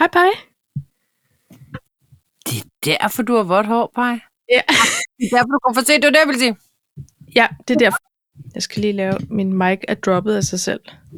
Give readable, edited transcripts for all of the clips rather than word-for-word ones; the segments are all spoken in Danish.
Hej, Paj. Det er derfor, du har vådt hår, Paj. Ja. Det er derfor, du kommer for sent. Det er det, jeg vil sige. Ja, det er derfor. Jeg skal lige lave... Min mic er droppet af sig selv.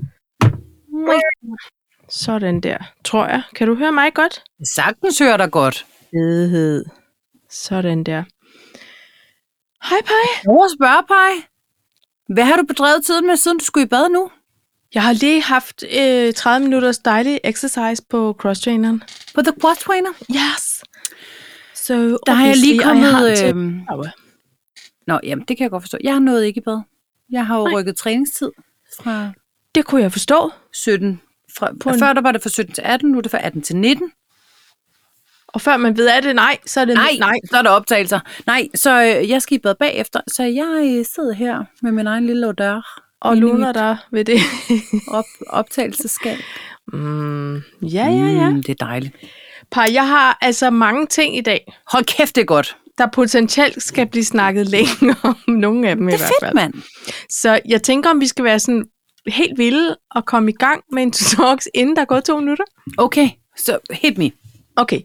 Sådan der, tror jeg. Kan du høre mig godt? Jeg sagtens hører dig godt. Fedhed. Sådan der. Hej, Paj. Jeg må spørge, Paj. Hvad har du bedrevet tiden med, siden du skulle i bad nu? Jeg har lige haft 30 minutters dejlig exercise på crosstraineren. På The Quad Trainer? Yes. So, der har jeg lige kommet... Nå, jamen, det kan jeg godt forstå. Jeg har nået ikke i bad. Jeg har jo rykket træningstid fra... Det kunne jeg forstå. 17. Før der var det fra 17 til 18, nu er det fra 18 til 19. Og før man ved af det, så er det... Nej, så er der optagelser. Nej, så jeg skal i bad bagefter. Så jeg sidder her med min egen lille odør. Og luner der ved det. Optagelsesskab. Ja. Det er dejligt. Par, jeg har altså mange ting i dag. Hold kæft, det er godt. Der potentielt skal blive snakket længe om nogle af dem i hvert fald. Det er fedt, mand. Så jeg tænker, om vi skal være sådan helt vilde og komme i gang med en talks, inden der er gået 2 minutter. Okay, så hit me. Okay.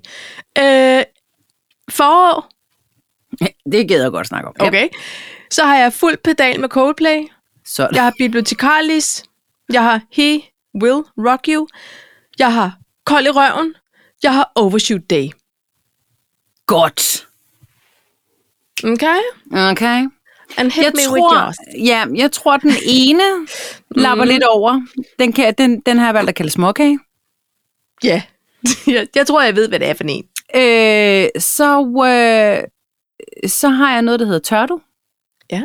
Forår. Det gider jeg godt snakke om. Okay. Så har jeg fuld pedal med Coldplay. Sådan. Jeg har Bibliotekarlis. Jeg har He Will Rock You. Jeg har Kold i røven. Jeg har Overshoot Day. Godt. Okay. And hit me with yours. Ja, jeg tror, den ene lapper lidt over. Den har jeg valgt at kalde småkage. Ja. Jeg tror, jeg ved, hvad det er for en. Så har jeg noget, der hedder Tørdu. Ja.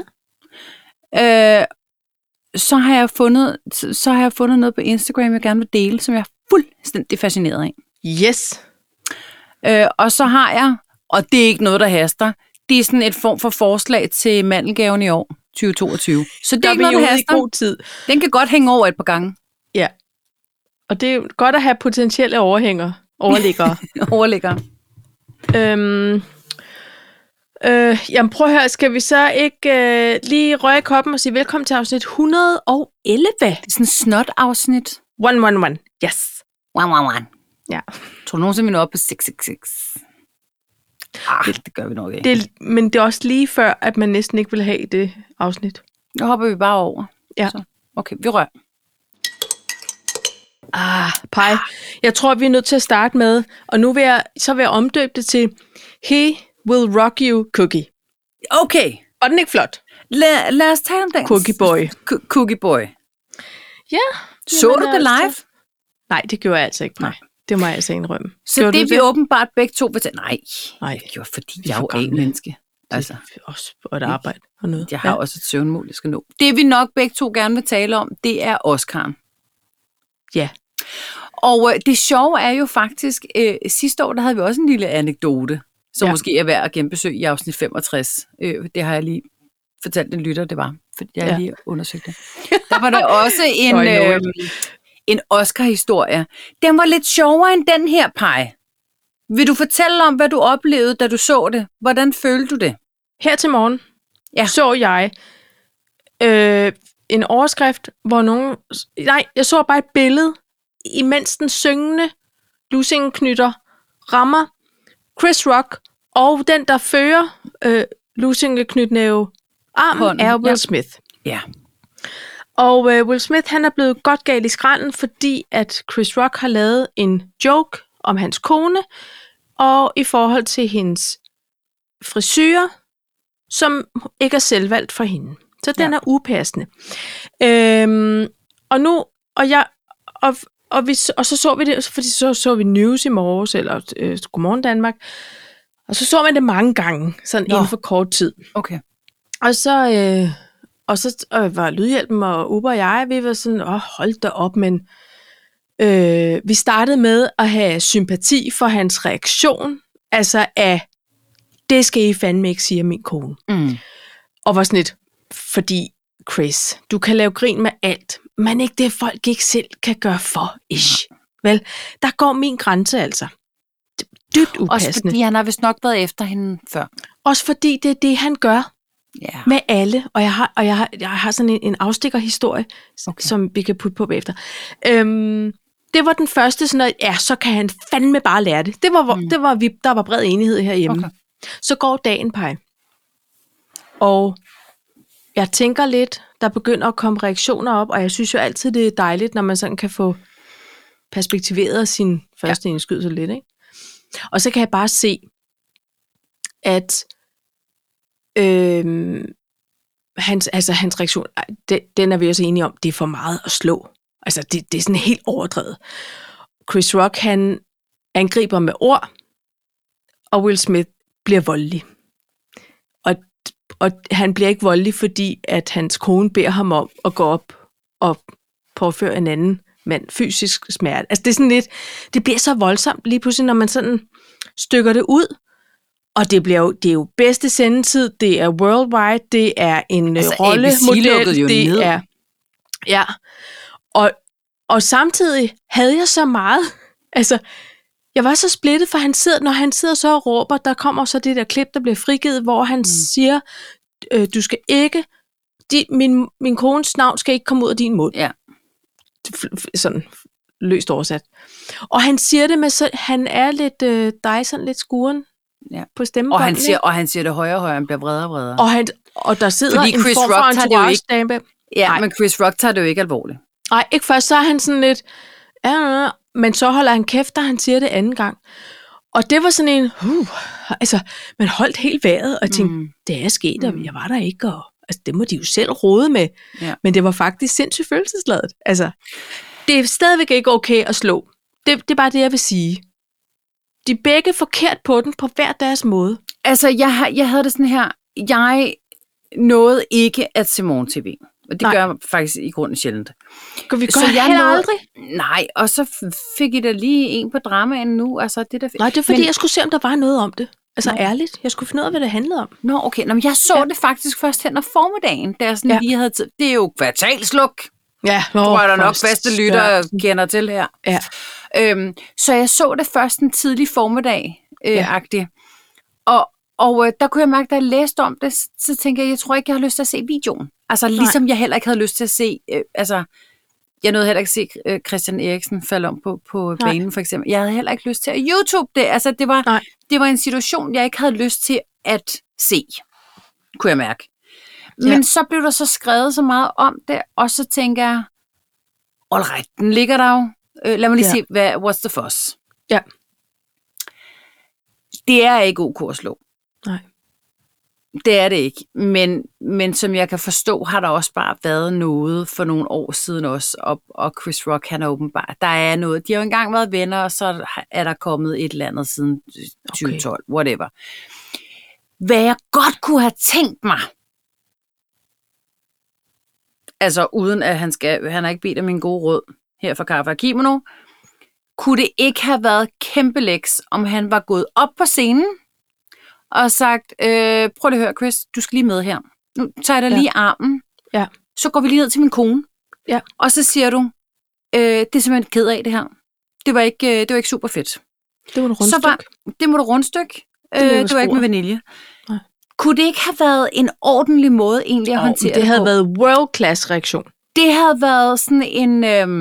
Så har jeg fundet noget på Instagram, jeg gerne vil dele, som jeg er fuldstændig fascineret af. Yes. Og så har jeg, og det er ikke noget, der haster, det er sådan et form for forslag til mandelgaven i år, 2022. Så det er ikke noget, der haster. God tid. Den kan godt hænge over et par gange. Ja. Og det er godt at have potentielle overliggere. Jamen prøv at høre, skal vi så ikke lige røre koppen og sige velkommen til afsnit 111? Det er sådan et snot-afsnit. 111, yes. 111. Ja. Tror du nogensinde, vi når op på 666? Det gør vi nok ikke. Men det er også lige før, at man næsten ikke vil have det afsnit. Nu hopper vi bare over. Ja. Så. Okay, vi rører. Pej. Jeg tror, vi er nødt til at starte med, og nu vil jeg omdøbe det til He Will Rock You Cookie. Okay. Og den er ikke flot? Lad os tale om den. Cookie Boy. Cookie Boy. Ja. Så du det live? Nej, det gjorde jeg altså ikke, Pej. Det må jeg altså indrømme. Så gjorde det vi åbenbart begge to vil tage? Nej, det gjorde fordi jeg er jo A-menneske. Altså, også et arbejde og noget. Jeg har også et søvnmål, jeg skal nå. Det vi nok begge to gerne vil tale om, det er Oscar'en. Ja. Og det sjove er jo faktisk, sidste år, der havde vi også en lille anekdote, som måske er værd at genbesøge i afsnit 65. Det har jeg lige fortalt en lytter, det var, fordi jeg har lige undersøgt det. Der var der også en Oscar-historie. Den var lidt sjovere end den her, Paj. Vil du fortælle om, hvad du oplevede, da du så det? Hvordan følte du det? Her til morgen så jeg en overskrift, hvor nogen... Nej, jeg så bare et billede, imens den syngende lussingeknytter rammer Chris Rock, og den, der fører lussingeknytnæve armen, er Will Smith. Ja. Og Will Smith, han er blevet godt galt i skralden, fordi at Chris Rock har lavet en joke om hans kone, og i forhold til hendes frisyre, som ikke er selvvalgt for hende. Så den er upassende. Og så så vi det, fordi så vi news i morges, eller Godmorgen Danmark, og så man det mange gange, sådan inden for kort tid. Okay. Og så var Lydhjælpen og Uber og jeg, vi var sådan, hold da op, men vi startede med at have sympati for hans reaktion, altså af, det skal I fandme ikke sige af min kone. Og var sådan lidt, fordi Chris, du kan lave grin med alt, men ikke det, folk ikke selv kan gøre for, ish. Vel, der går min grænse altså. Dybt upassende. Også fordi han har vist nok været efter hende før. Også fordi det er det, han gør med alle. Og jeg har sådan en afstikkerhistorie, som vi kan putte på bagefter. det var den første sådan, at ja, så kan han fandme bare lære det. Der var bred enighed herhjemme. Okay. Så går dagen, Paj. Og jeg tænker lidt, der begynder at komme reaktioner op, og jeg synes jo altid, det er dejligt, når man sådan kan få perspektiveret sin første indskydelse lidt, ikke? Og så kan jeg bare se, at hans reaktion, den er vi også enige om, det er for meget at slå. Altså, det er sådan helt overdrevet. Chris Rock, han angriber med ord, og Will Smith bliver voldelig. Og han bliver ikke voldelig, fordi at hans kone beder ham om at gå op og påføre en anden mand fysisk smerte. Altså, det er sådan lidt, det bliver så voldsomt lige pludselig, når man sådan stykker det ud. Og det er jo bedste sendetid, det er worldwide, det er en rollemodel, det er... Ja, og samtidig havde jeg så meget... Altså, jeg var så splittet, for når han sidder så og råber, der kommer så det der klip, der bliver frigivet, hvor han siger, du skal ikke... Min kones navn skal ikke komme ud af din mund. Ja. Sådan løst oversat. Og han siger det med så... Han er lidt Dyson, lidt skuren. Ja. På stemmebåndene. Og han siger det højere og højere, han bliver bredere og bredere. Og der sidder fordi en Chris form Rock for entourage-dame. Ja, nej. Men Chris Rock tager det jo ikke alvorligt. Nej, ikke først, så er han sådan lidt... men så holder han kæft, da han siger det anden gang. Og det var sådan en... altså, man holdt helt vejret og tænkte, det er sket, og jeg var der ikke, og altså, det må de jo selv rode med. Ja. Men det var faktisk sindssygt følelsesladet. Altså, det er stadigvæk ikke okay at slå. Det er bare det, jeg vil sige. De er begge forkert på den på hver deres måde. Altså, jeg havde det sådan her. Jeg nåede ikke at se morgen-tv. Og det gør jeg faktisk i grunden sjældent. Kan vi gøre det aldrig? Nej, og så fik I da lige en på dramaen nu. Altså, det der... Nej, det er fordi, jeg skulle se, om der var noget om det. Altså ærligt. Jeg skulle finde ud af, hvad det handlede om. Nå, okay. Nå, men jeg så det faktisk først hen ad formiddagen, da jeg sådan lige havde tid. Det er jo kvartalsluk. Ja, tror jeg, der nok faste lytter kender til her. Ja. Så jeg så det først en tidlig formiddag-agtig. Og der kunne jeg mærke, da jeg læste om det, så tænkte jeg tror ikke, jeg har lyst til at se videoen. Altså ligesom jeg heller ikke havde lyst til at se, jeg nåede heller ikke at se Christian Eriksen falde om på banen for eksempel. Jeg havde heller ikke lyst til at YouTube det. Altså det var en situation, jeg ikke havde lyst til at se, kunne jeg mærke. Men så blev der så skrevet så meget om det, og så tænker jeg, alright, den ligger der jo. Lad mig lige se, what's the fuss? Ja. Det er ikke ok at slå. Nej. Det er det ikke. Men som jeg kan forstå, har der også bare været noget for nogle år siden også, og Chris Rock, han er åbenbart. Der er noget. De har jo engang været venner, og så er der kommet et eller andet siden 2012, whatever. Hvad jeg godt kunne have tænkt mig, altså uden at han har ikke bedt af min gode råd her fra Kaffe og Kimono, kunne det ikke have været kæmpe læks, om han var gået op på scenen og sagt, prøv lige at høre, Chris, du skal lige med her. Nu tager jeg dig lige armen. Ja. Så går vi lige ned til min kone. Ja. Og så siger du, det er simpelthen ked af det her. Det var ikke super fedt. Det var et rundstykke. Det må du rundstykke. Det var ikke med vanilje. Nej. Kunne det ikke have været en ordentlig måde egentlig at håndtere det på? Det havde været world-class reaktion. Det havde været sådan en...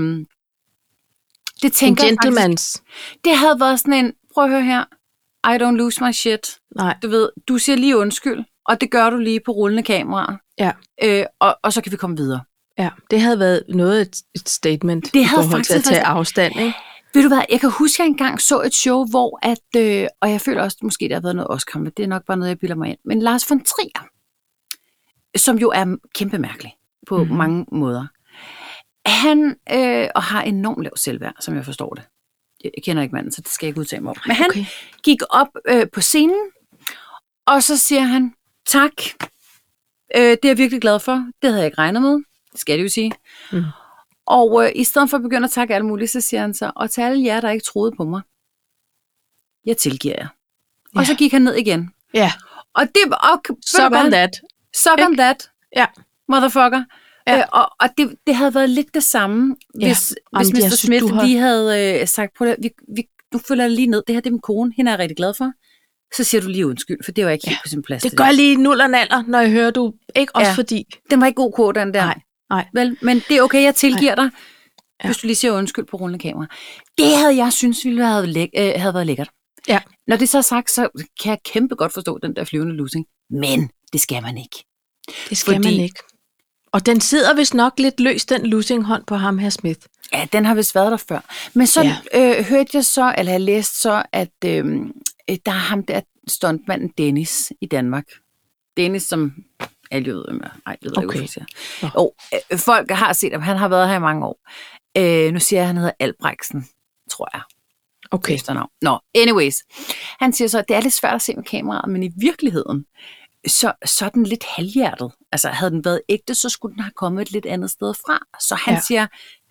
det tænker en gentleman's. Det havde været sådan en, prøv at høre her, I don't lose my shit. Nej. Du ved, du siger lige undskyld, og det gør du lige på rullende kamera. Ja. Og så kan vi komme videre. Ja, det havde været noget et statement. Det havde faktisk til at tage afstand, ikke? Ved du hvad, jeg kan huske, at jeg engang så et show, hvor og jeg føler også, måske der har været noget Oscar, men det er nok bare noget, jeg bilder mig ind. Men Lars von Trier, som jo er kæmpe mærkelig på mange måder. Han og har enormt lav selvværd, som jeg forstår det. Jeg kender ikke manden, så det skal jeg ikke udtale mig om. Men han gik op på scenen, og så siger han, tak, det er jeg virkelig glad for. Det havde jeg ikke regnet med, det skal det jo sige. Mm. Og i stedet for at begynde at takke alle mulige, så siger han så, og til alle jer, der ikke troede på mig, jeg tilgiver jer. Ja. Og så gik han ned igen. Ja. Og det var... Suck on that. Suck on that. Ja. Motherfucker. Ja. Og det havde været lidt det samme, hvis Mr. Smith lige havde sagt, prøv at nu følger jeg lige ned, det her det er min kone, hende er jeg rigtig glad for. Så siger du lige undskyld, for det var ikke helt på sin plads. Det gør lige 0 og naller, når jeg hører du, ikke også fordi... Den var ikke god den der. Nej. Vel, men det er okay, jeg tilgiver dig. hvis du lige siger undskyld på rullende kamera. Det havde jeg synes ville have været lækkert. Ja. Når det så er sagt, så kan jeg kæmpe godt forstå den der flyvende lussing. Men det skal man ikke. Det skal man ikke. Og den sidder vist nok lidt løs, den lussing-hånd på ham her Smith. Ja, den har vist været der før. Men så hørte jeg så, eller jeg læste så, at der er ham der stuntmanden Dennis i Danmark. Dennis, som alle ved, jeg ved ikke, hvad jeg siger. Folk har set ham, han har været her i mange år. Nu siger jeg, at han hedder Albrechtsen, tror jeg. Okay. Nå, anyways. Han siger så, at det er lidt svært at se med kameraet, men i virkeligheden, så er den lidt halvhjertet. Altså, havde den været ægte, så skulle den have kommet et lidt andet sted fra. Så han siger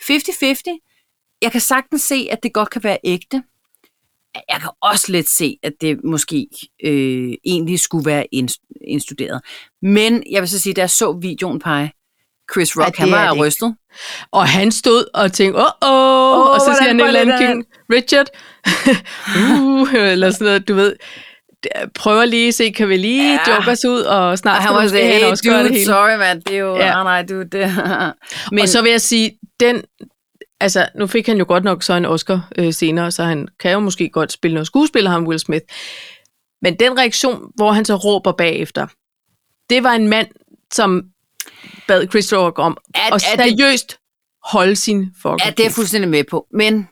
50-50. Jeg kan sagtens se, at det godt kan være ægte. Jeg kan også lidt se, at det måske egentlig skulle være indstuderet. Men jeg vil så sige, da jeg så videoen på Chris Rock, han var rystet. Og han stod og tænkte, og så siger han en eller anden Richard, eller sådan noget, du ved, prøver lige at se, kan vi lige joke os ud, og snart og han var sådan, hey også gøre det hele. Sorry man, det er jo, nej, du det. Men, og så vil jeg sige, altså, nu fik han jo godt nok så en Oscar senere, så han kan jo måske godt spille noget skuespiller, ham Will Smith. Men den reaktion, hvor han så råber bagefter, det var en mand, som bad Chris Rock om at seriøst holde sin fucking det er jeg fuldstændig med på.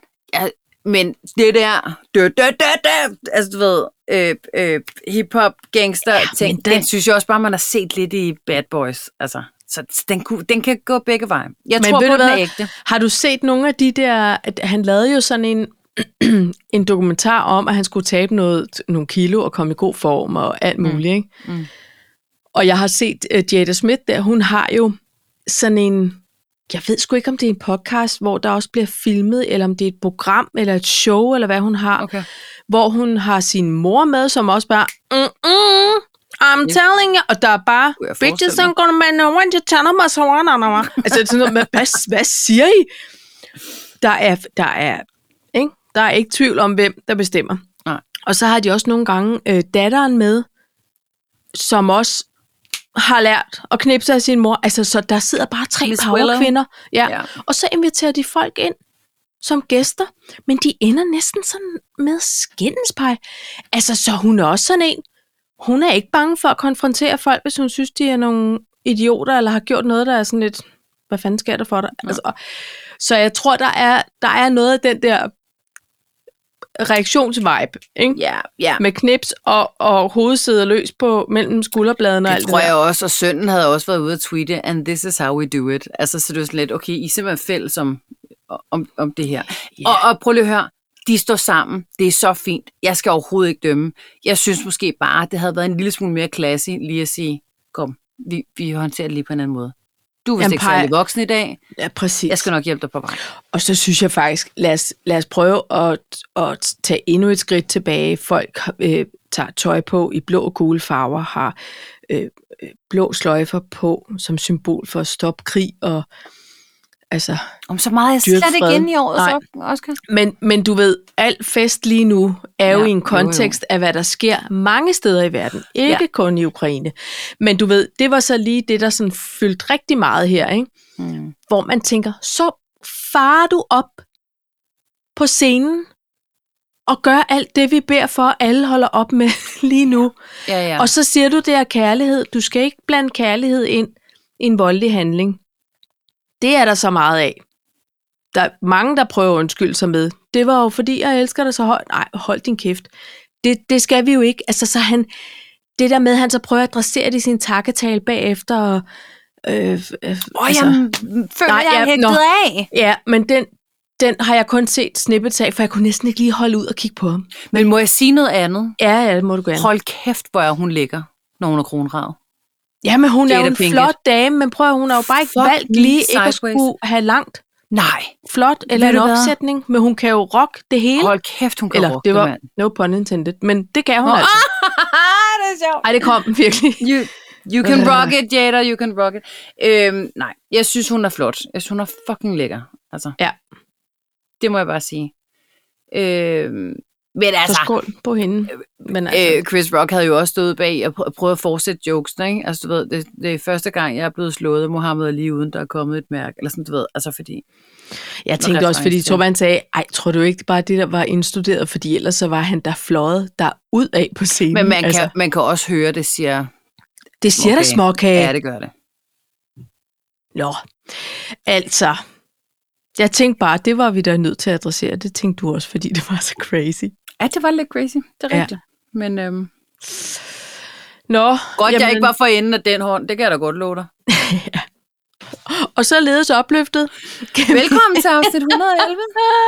Men det der, altså du ved, hip-hop, gangster ting, den synes jeg også bare, man har set lidt i Bad Boys. Altså, så den kan gå begge veje. Jeg tror på, den er ægte. Har du set nogle af de der, han lavede jo sådan en dokumentar om, at han skulle tabe nogle kilo og komme i god form og alt muligt, ikke? Mm. Og jeg har set Jada Smith der, hun har jo sådan en, jeg ved sgu ikke, om det er en podcast, hvor der også bliver filmet, eller om det er et program, eller et show, eller hvad hun har, hvor hun har sin mor med, som også bare, I'm telling you, og der er bare, bitches don't gonna man know when you tell them, altså sådan noget, hvad siger I? Der er ikke tvivl om, hvem der bestemmer. Nej. Og så har de også nogle gange datteren med, som også har lært at knipse af sin mor. Altså, så der sidder bare 3 powerkvinder. Ja. Og så inviterer de folk ind som gæster, men de ender næsten sådan med skændenspej. Altså, så hun er også sådan en, hun er ikke bange for at konfrontere folk, hvis hun synes, de er nogle idioter, eller har gjort noget, der er sådan lidt, hvad fanden sker der for dig? Ja. Altså, så jeg tror, der er noget af den der reaktionsvibe, ikke? Ja. Med knips og hovedet sidder løs på mellem skulderbladene og alt det tror jeg også, og sønnen havde også været ude at tweete, and this is how we do it. Altså, så det er sådan lidt, okay, I er simpelthen fælles om det her. Yeah. Og prøv lige at høre, de står sammen, det er så fint, jeg skal overhovedet ikke dømme. Jeg synes måske bare, det havde været en lille smule mere classy, lige at sige, kom, vi håndterer det lige på en anden måde. Du er vist ikke særlig voksen i dag. Ja, præcis. Jeg skal nok hjælpe dig på vej. Og så synes jeg faktisk, lad os prøve at tage endnu et skridt tilbage. Folk tager tøj på i blå og gule farver, har blå sløjfer på som symbol for at stoppe krig og altså om så meget er slet ikke inde i året, så, Oscar. Men du ved, al fest lige nu er jo i en kontekst af, hvad der sker mange steder i verden. Ikke kun i Ukraine. Men du ved, det var så lige det, der sådan fyldte rigtig meget her, ikke? Hvor man tænker, så farer du op på scenen og gør alt det, vi beder for, alle holder op med lige nu. Ja. Og så siger du, det er kærlighed. Du skal ikke blande kærlighed ind i en voldelig handling. Det er der så meget af. Der er mange, der prøver at undskylde sig med. Det var jo fordi, jeg elsker dig så højt. Nej, hold din kæft. Det skal vi jo ikke. Altså, så det der med, at han så prøver at adressere det i sin takketale bagefter. Og, jeg føler, jeg er hægtet af. Ja, men den har jeg kun set snippets af, for jeg kunne næsten ikke lige holde ud og kigge på ham. Men må jeg sige noget andet? Ja, det må du gerne. Hold kæft, hvor er hun lækker, når hun er kronraget. Ja, men hun er jo en flot dame, men prøv at hun har jo bare ikke valgt lige ikke at skulle have langt. Nej. Flot, eller en opsætning, men hun kan jo rock det hele. Hold kæft, hun kan rock det var no pun intended, men det kan hun altså. Det er sjovt. Ej, det kom virkelig. You can rock it, Jada, you can rock it. Nej, jeg synes, hun er flot. Jeg synes, hun er fucking lækker. Altså, ja. det må jeg bare sige. Men Så altså, skål på hende. Men altså, Chris Rock havde jo også stået bag og prøvet at fortsætte jokesene, ikke? Altså, du ved, det er første gang, jeg er blevet slået af Muhammad Ali, uden der er kommet et mærke, eller sådan, du ved, altså fordi... jeg tænkte også, fordi Torvald sagde, ej, tror du ikke bare det, der var indstuderet, fordi ellers så var han der fløjet der ud af på scenen. Men man kan også høre, det siger... Det siger der småkage. Ja, det gør det. Nå, altså, jeg tænkte bare, det var vi da nødt til at adressere. Det tænkte du også, fordi det var så crazy. Ja, det var lidt crazy, det er rigtigt. Men Nå, godt, jeg ikke var for enden af den hånd, det kan jeg da godt love dig. Ja. Og så ledes opløftet. Velkommen til afsnit 111.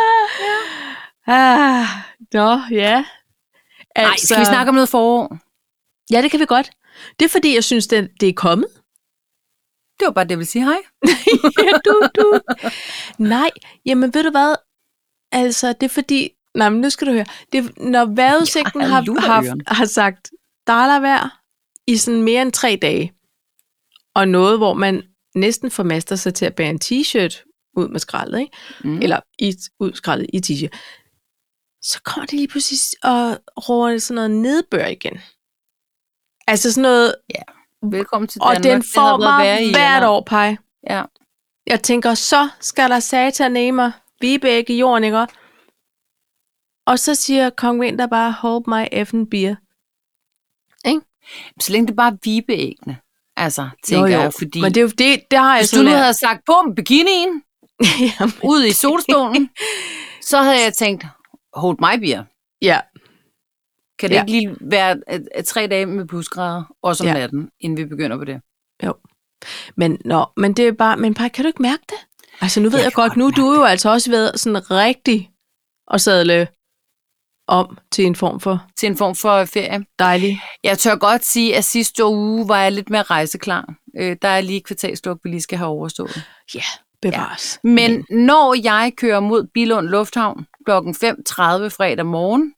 Nå, ja. Altså... Nej, skal vi snakke om noget forår? Ja, det kan vi godt. Det er fordi, jeg synes, det er kommet. Det var bare det, jeg ville sige hej. Ja, du. Nej, jamen ved du hvad? Altså, det er fordi... Nej, men nu skal du høre. Det, når vejrudsigten har sagt dollarvejr i sådan mere end 3 dage, og noget, hvor man næsten formaster sig til at bære en t-shirt ud med skraldet, ikke? Eller ud skraldet i t-shirt, så kommer det lige pludselig og råber sådan noget nedbør igen. Altså sådan noget... Ja. Velkommen til Danmark. Og den får mig hvert år, Paj. Ja. Jeg tænker, så skal der satan i mig, Vibeke i jorden, ikke? Og så siger Kong Vinter bare, hold my effing beer. Ikke? Så længe det bare er vibeæggene. Altså, tænker jeg, fordi... Men det er jo det har jeg hvis du nu havde sagt, på med bikinien, ud i solstolen, så havde jeg tænkt, hold my beer. Ja. Kan det ikke lige være 3 dage med plusgrader, også om natten, inden vi begynder på det? Jo. Men det er bare, men Paj, kan du ikke mærke det? Altså nu ved jeg godt, nu du er jo altså også ved sådan rigtig at sadle om til en form for ferie. Dejlig. Jeg tør godt sige, at sidste uge var jeg lidt mere rejseklar. Der er lige kvartalsluk, vi lige skal have overstået. Ja, bevares. Ja. Men når jeg kører mod Billund Lufthavn kl. 5:30 fredag morgen,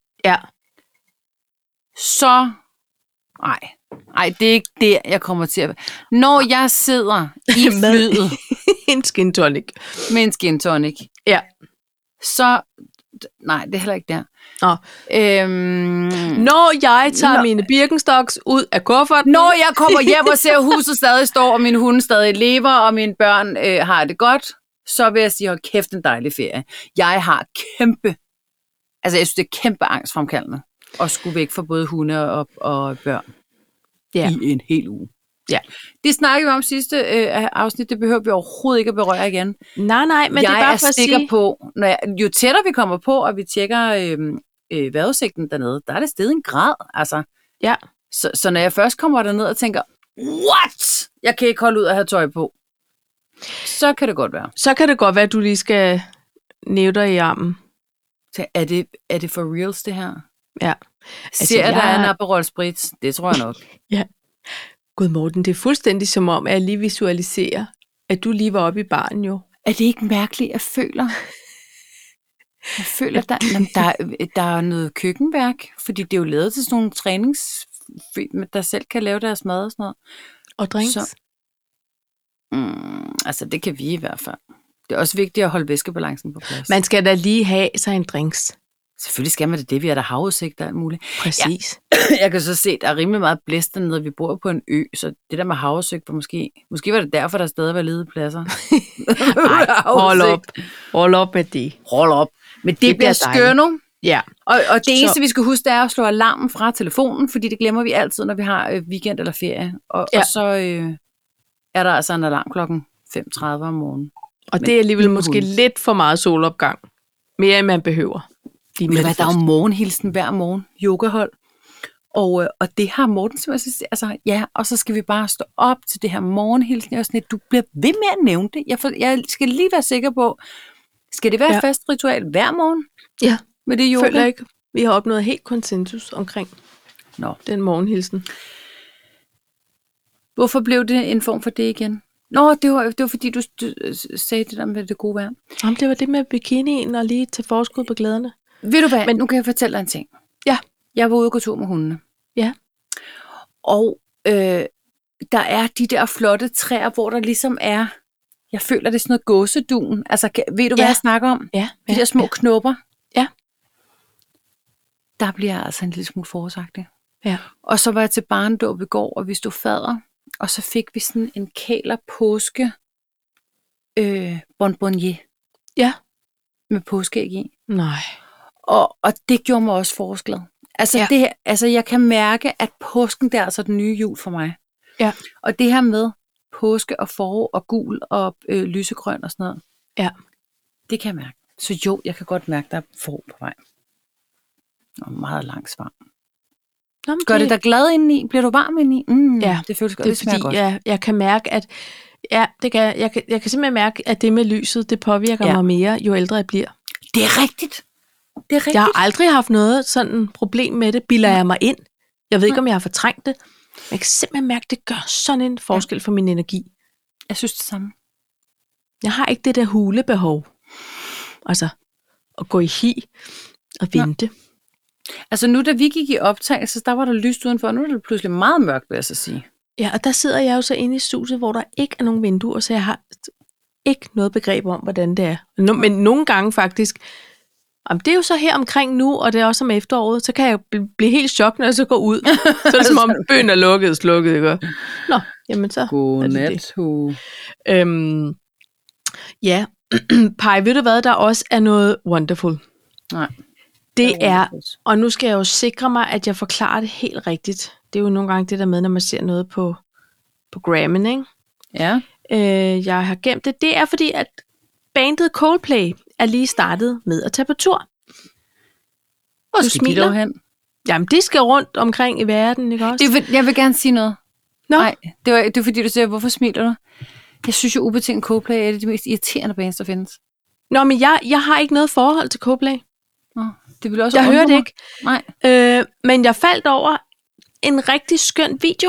så... Nej, det er ikke det, jeg kommer til at... Når jeg sidder i flyet... en skin tonic. Med en skin tonic. Ja. Så... Nej, det er heller ikke der. Når jeg tager mine Birkenstocks ud af kufferten... Når jeg kommer hjem og ser, huset stadig står, og min hunde stadig lever, og mine børn har det godt, så vil jeg sige, hold kæft, en dejlig ferie. Jeg har kæmpe... Altså, jeg synes, det er kæmpe angstfremkaldende at skulle væk fra både hunde og børn i en hel uge. Ja. Det snakkede vi om sidste afsnit, det behøver vi overhovedet ikke at berøre igen. Nej, men det er bare for at sige... Jeg er sikker på, jo tættere vi kommer på, og vi tjekker vejrudsigten dernede, der er det steget en grad. Altså. Ja. Så når jeg først kommer derned og tænker, what? Jeg kan ikke holde ud at have tøj på. Så kan det godt være. Så kan det godt være, at du lige skal næve dig i armen. Så er det for reals, det her? Ja. Altså, ser der en Aperol Spritz? Det tror jeg nok. Ja. Gud Morten, det er fuldstændig som om, at jeg lige visualiserer, at du lige var oppe i baren jo. Er det ikke mærkeligt, jeg føler, der er noget køkkenværk, fordi det er jo lavet til sådan nogle der selv kan lave deres mad og sådan noget. Og drinks? Altså, det kan vi i hvert fald. Det er også vigtigt at holde væskebalancen på plads. Man skal da lige have sig en drinks. Selvfølgelig skal man det. Vi har der havudsigt og alt muligt. Præcis. Ja. Jeg kan så se, at der er rimelig meget blæst dernede, vi bor på en ø, så det der med havudsigt var måske var det derfor, der stadig var ledige pladser. Nej, hold op med det. Hold op. Men det bliver skønne. Ja. Og det eneste, vi skal huske, det er at slå alarmen fra telefonen, fordi det glemmer vi altid, når vi har weekend eller ferie. Og så er der altså en alarm klokken 5:30 om morgenen. Og det er alligevel måske lidt for meget solopgang. Mere end man behøver. Der er jo morgenhilsen hver morgen, yogahold. Og det har Morten simpelthen, altså og så skal vi bare stå op til det her morgenhilsen. Jeg er sådan, du bliver ved med at nævne det. Jeg skal lige være sikker på, skal det være et fast ritual hver morgen? Ja, med det yoga? Føler ikke. Vi har opnået helt konsensus omkring den morgenhilsen. Hvorfor blev det en form for det igen? Nå, det var fordi, du sagde det der med det gode vejr. Jamen, det var det med bikinien og lige til forskud på glæderne. Ved du hvad, nu kan jeg fortælle dig en ting. Ja. Jeg var ude og gå tur med hundene. Ja. Og der er de der flotte træer, hvor der ligesom er, jeg føler det er sådan noget gåsedun. Altså, ved du, hvad jeg snakker om? Ja. De der små knopper. Ja. der bliver jeg altså en lille smule forårsagtig. Ja. Og så var jeg til barndåb i går, og vi stod fadder, og så fik vi sådan en kæler påske bonbonnier Ja. med påskeæg i. Nej. Og det gjorde mig også forårsglad. Altså, Ja. jeg kan mærke, at påsken der er altså den nye jul for mig. Ja. Og det her med påske og forår og gul og lysegrøn og sådan noget, Ja. det kan jeg mærke. Så jo, jeg kan godt mærke, der er forår på vej. Og meget lang svar. Nå, Gør det dig glad indeni? Bliver du varm indeni? Ja, det føles godt. det er Det smager fordi, godt. jeg kan mærke, at jeg kan simpelthen mærke, at det med lyset, det påvirker mig mere, jo ældre jeg bliver. Det er rigtigt. Det er rigtigt. Jeg har aldrig haft noget sådan problem med det, bilder jeg mig ind. Jeg ved ikke, om jeg har fortrængt det. Men jeg kan simpelthen mærke, at det gør sådan en forskel for min energi. Jeg synes det samme. Jeg har ikke det der hulebehov. Altså, at gå i hi og vente. Altså nu, da vi gik i optagelse, der var der lyst udenfor, og nu er det pludselig meget mørkt, vil jeg så sige. Ja, og der sidder jeg jo så inde i studiet, hvor der ikke er nogen vinduer, så jeg har ikke noget begreb om, hvordan det er. Men nogle gange faktisk, det er jo så her omkring nu, og det er også om efteråret, så kan jeg blive helt chok, når jeg så går ud. Så er det som om byen er lukket og slukket, ikke? Nå, jamen så Godnat. Ja, Paj, ved du hvad, der også er noget wonderful? Nej. Det er, og nu skal jeg jo sikre mig, at jeg forklarer det helt rigtigt. Det er jo nogle gange det der med, når man ser noget på Grammen, ikke? Ja. Jeg har gemt det. Det er fordi, at bandet Coldplay er lige startet med at tage på tur. Hvor skal de dog hen? Jamen, de skal rundt omkring i verden, ikke også? Jeg vil gerne sige noget. Nå? Nej, det er fordi, du siger, hvorfor smiler du? Jeg synes jo ubetinget, Coldplay er de mest irriterende bands, der findes. Nå, men jeg har ikke noget forhold til Coldplay. Nå, det vil også jeg hører det ikke. Nej. Men jeg faldt over en rigtig skøn video,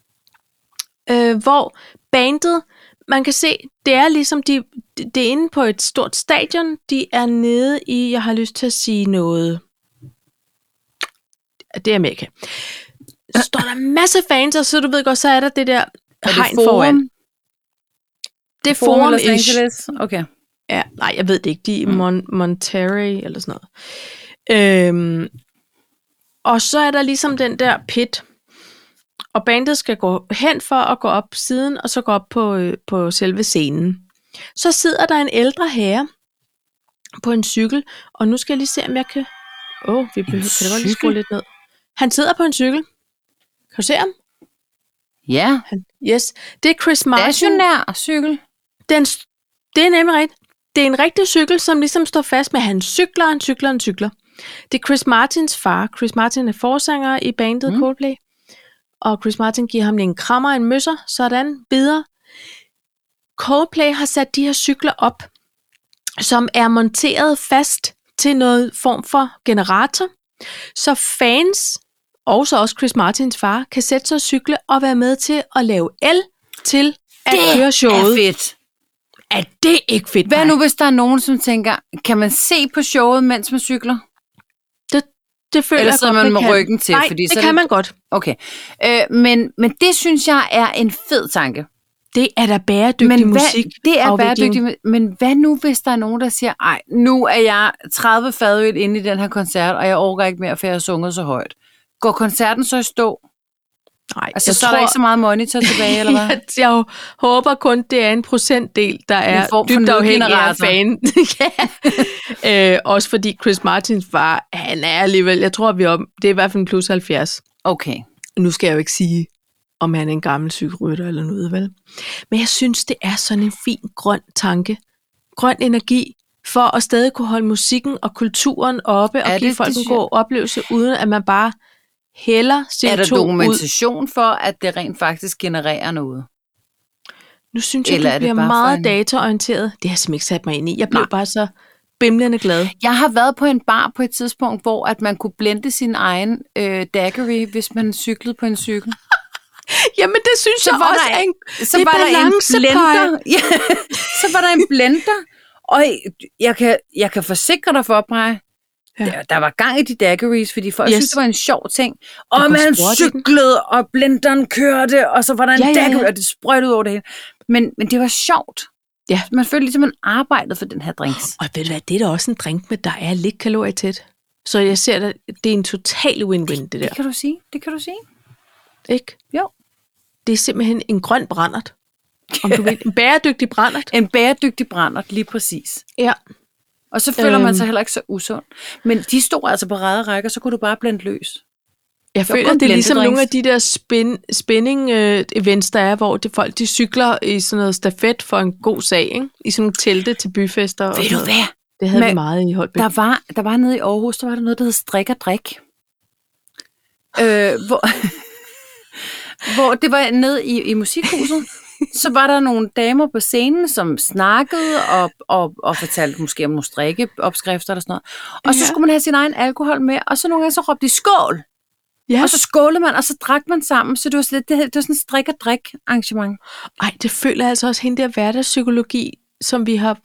hvor bandet, man kan se, det er ligesom, det er inde på et stort stadion, de er nede i, jeg har lyst til at sige noget, det er Amerika. Så står der en masse fans, og så du ved godt, så er der det der hegn foran. Det er Forum Los Angeles. Okay. Ja, nej, jeg ved det ikke. De er Monterey eller sådan noget. Og så er der ligesom den der pit, og bandet skal gå hen for at gå op siden, og så gå op på selve scenen. Så sidder der en ældre herre på en cykel, og nu skal jeg lige se, om jeg kan... kan det godt lige skrue lidt ned. Han sidder på en cykel. Kan du se ham? Ja. Yes. Det er Chris Martin. Stationær cykel. Det er nemlig rigtigt. Det er en rigtig cykel, som ligesom står fast med, at han cykler. Det er Chris Martins far. Chris Martin er forsanger i bandet Coldplay. Og Chris Martin giver ham en krammer, en møsser, sådan videre. Coldplay har sat de her cykler op, som er monteret fast til noget form for generator. Så fans, og så også Chris Martins far, kan sætte sig og cykle og være med til at lave el til at køre showet. Det er fedt. Er det ikke fedt? Hvad nu, hvis der er nogen, som tænker, kan man se på showet, mens man cykler? Det føler Eller sidder man med ryggen til? Nej, fordi det så kan man godt. Okay. Men det synes jeg er en fed tanke. Det er da bæredygtig musik. Det er bæredygtig, men hvad nu, hvis der er nogen, der siger, ej, nu er jeg 30 fadøl inde i den her koncert, og jeg orker ikke mere, for jeg har sunget så højt. Går koncerten så i stå? Nej, altså, så er der ikke så meget monitor tilbage, eller hvad? Jeg håber kun, det er en procentdel, der er dybt afhængig af fan. Også fordi Chris Martins far, han er alligevel, jeg tror, det er i hvert fald en plus 70. Okay. Nu skal jeg jo ikke sige, om han er en gammel cykelrytter eller noget, vel? Men jeg synes, det er sådan en fin grøn tanke. Grøn energi, for at stadig kunne holde musikken og kulturen oppe, og give folk en god oplevelse, uden at man bare hælder CO2 ud. Er der dokumentation for, at det rent faktisk genererer noget? Nu synes jeg, det bliver meget dataorienteret. Det har jeg simpelthen ikke sat mig ind i. Jeg blev bare så bimlende glad. Jeg har været på en bar på et tidspunkt, hvor at man kunne blende sin egen daiquiri, hvis man cyklede på en cykel. Jamen, det synes jeg også er en blender. Ja, så var der en blender, og jeg kan forsikre dig for, Paj, der var gang i de daiquiris, fordi folk synes, det var en sjov ting. Og man cyklede, og blenderen kørte, og så var der en daiquiri, og det sprøjtede over det hele. Men det var sjovt. Ja. Man følte ligesom, man arbejdede for den her drinks. Og ved du hvad, det er da også en drink med, der er lidt kalorietæt. Så jeg ser, at det er en total win-win, det der. Det kan du sige. Det kan du sige. Ikke? Jo. Det er simpelthen en grøn brændert. Om du vil. En bæredygtig brændert. En bæredygtig brændert, lige præcis. Ja. Og så føler man sig heller ikke så usund. Men de stod altså på række og rækker, så kunne du bare blende løs. Jeg føler, det er ligesom nogle af de der spinning-events, der er, hvor folk de cykler i sådan noget stafet for en god sag, ikke? I sådan nogle telte til byfester. Ved du hvad? Det havde vi meget i Holbæk. Der var nede i Aarhus, der var der noget, der hed Strik og Drik. Hvor det var nede i musikhuset. Så var der nogle damer på scenen, som snakkede og fortalte måske om nogle strikkeopskrifter eller sådan noget. Og så skulle man have sin egen alkohol med, og så nogle gange så råbte de skål. Ja. Og så skålede man, og så drak man sammen. Så det var sådan et strik og drik arrangement. Ej, det føler altså også hende der hverdagspsykologi, som vi har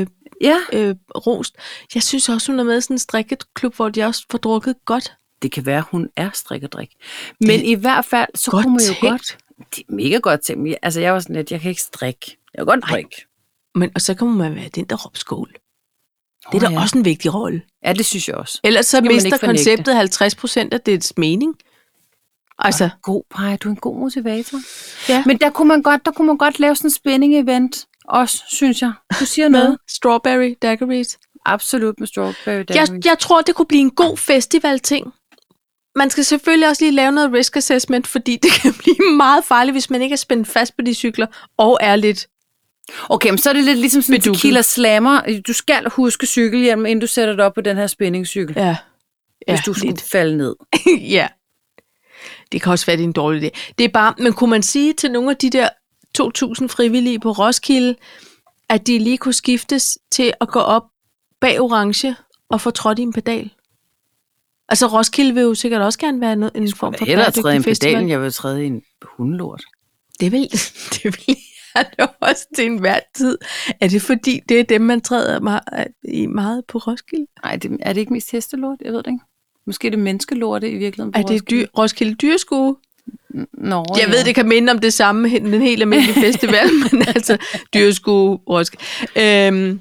rost. Jeg synes også, hun er med i sådan en strikkeklub, hvor de også får drukket godt. Det kan være, hun er strik og drik. Men i hvert fald, så kunne man jo godt... Det er mega godt tænkt. Altså, jeg var sådan lidt, jeg kan ikke strikke. Jeg kan godt drikke. Men og så kan man være den, der råber skål. Det er da også en vigtig rolle. Ja, det synes jeg også. Ellers så mister konceptet 50% af dets mening. Altså. God Paj, du er en god motivator. Ja. Men der kunne man godt lave sådan en spænding-event også, synes jeg. Du siger noget. Strawberry daiquiris. Absolut med strawberry daiquiris. Jeg tror, det kunne blive en god festival-ting. Man skal selvfølgelig også lige lave noget risk assessment, fordi det kan blive meget farligt, hvis man ikke er spændt fast på de cykler og er lidt. Okay, men så er det lidt ligesom sådan en tequila slammer. Du skal huske cykelhjelm, inden du sætter dig op på den her spændingscykel. Ja. Hvis du skulle falde ned. Ja. Det kan også være, det er en dårlig idé. Det er bare, men kunne man sige til nogle af de der 2.000 frivillige på Roskilde, at de lige kunne skiftes til at gå op bag orange og få trådt i en pedal? Altså Roskilde vil jo sikkert også gerne være en form for bæredygtig festival. Jeg vil træde i en hundelort. Det vil jeg da også til enhver tid. Er det fordi, det er dem, man træder meget på Roskilde? Nej, er det ikke mest hestelort? Jeg ved det ikke. Måske er det menneskelorte i virkeligheden på Roskilde. Er det Roskilde Dyrskue? Nå, jeg ved, det kan minde om det samme, den helt almindelige festival, men altså Dyrskue, Roskilde.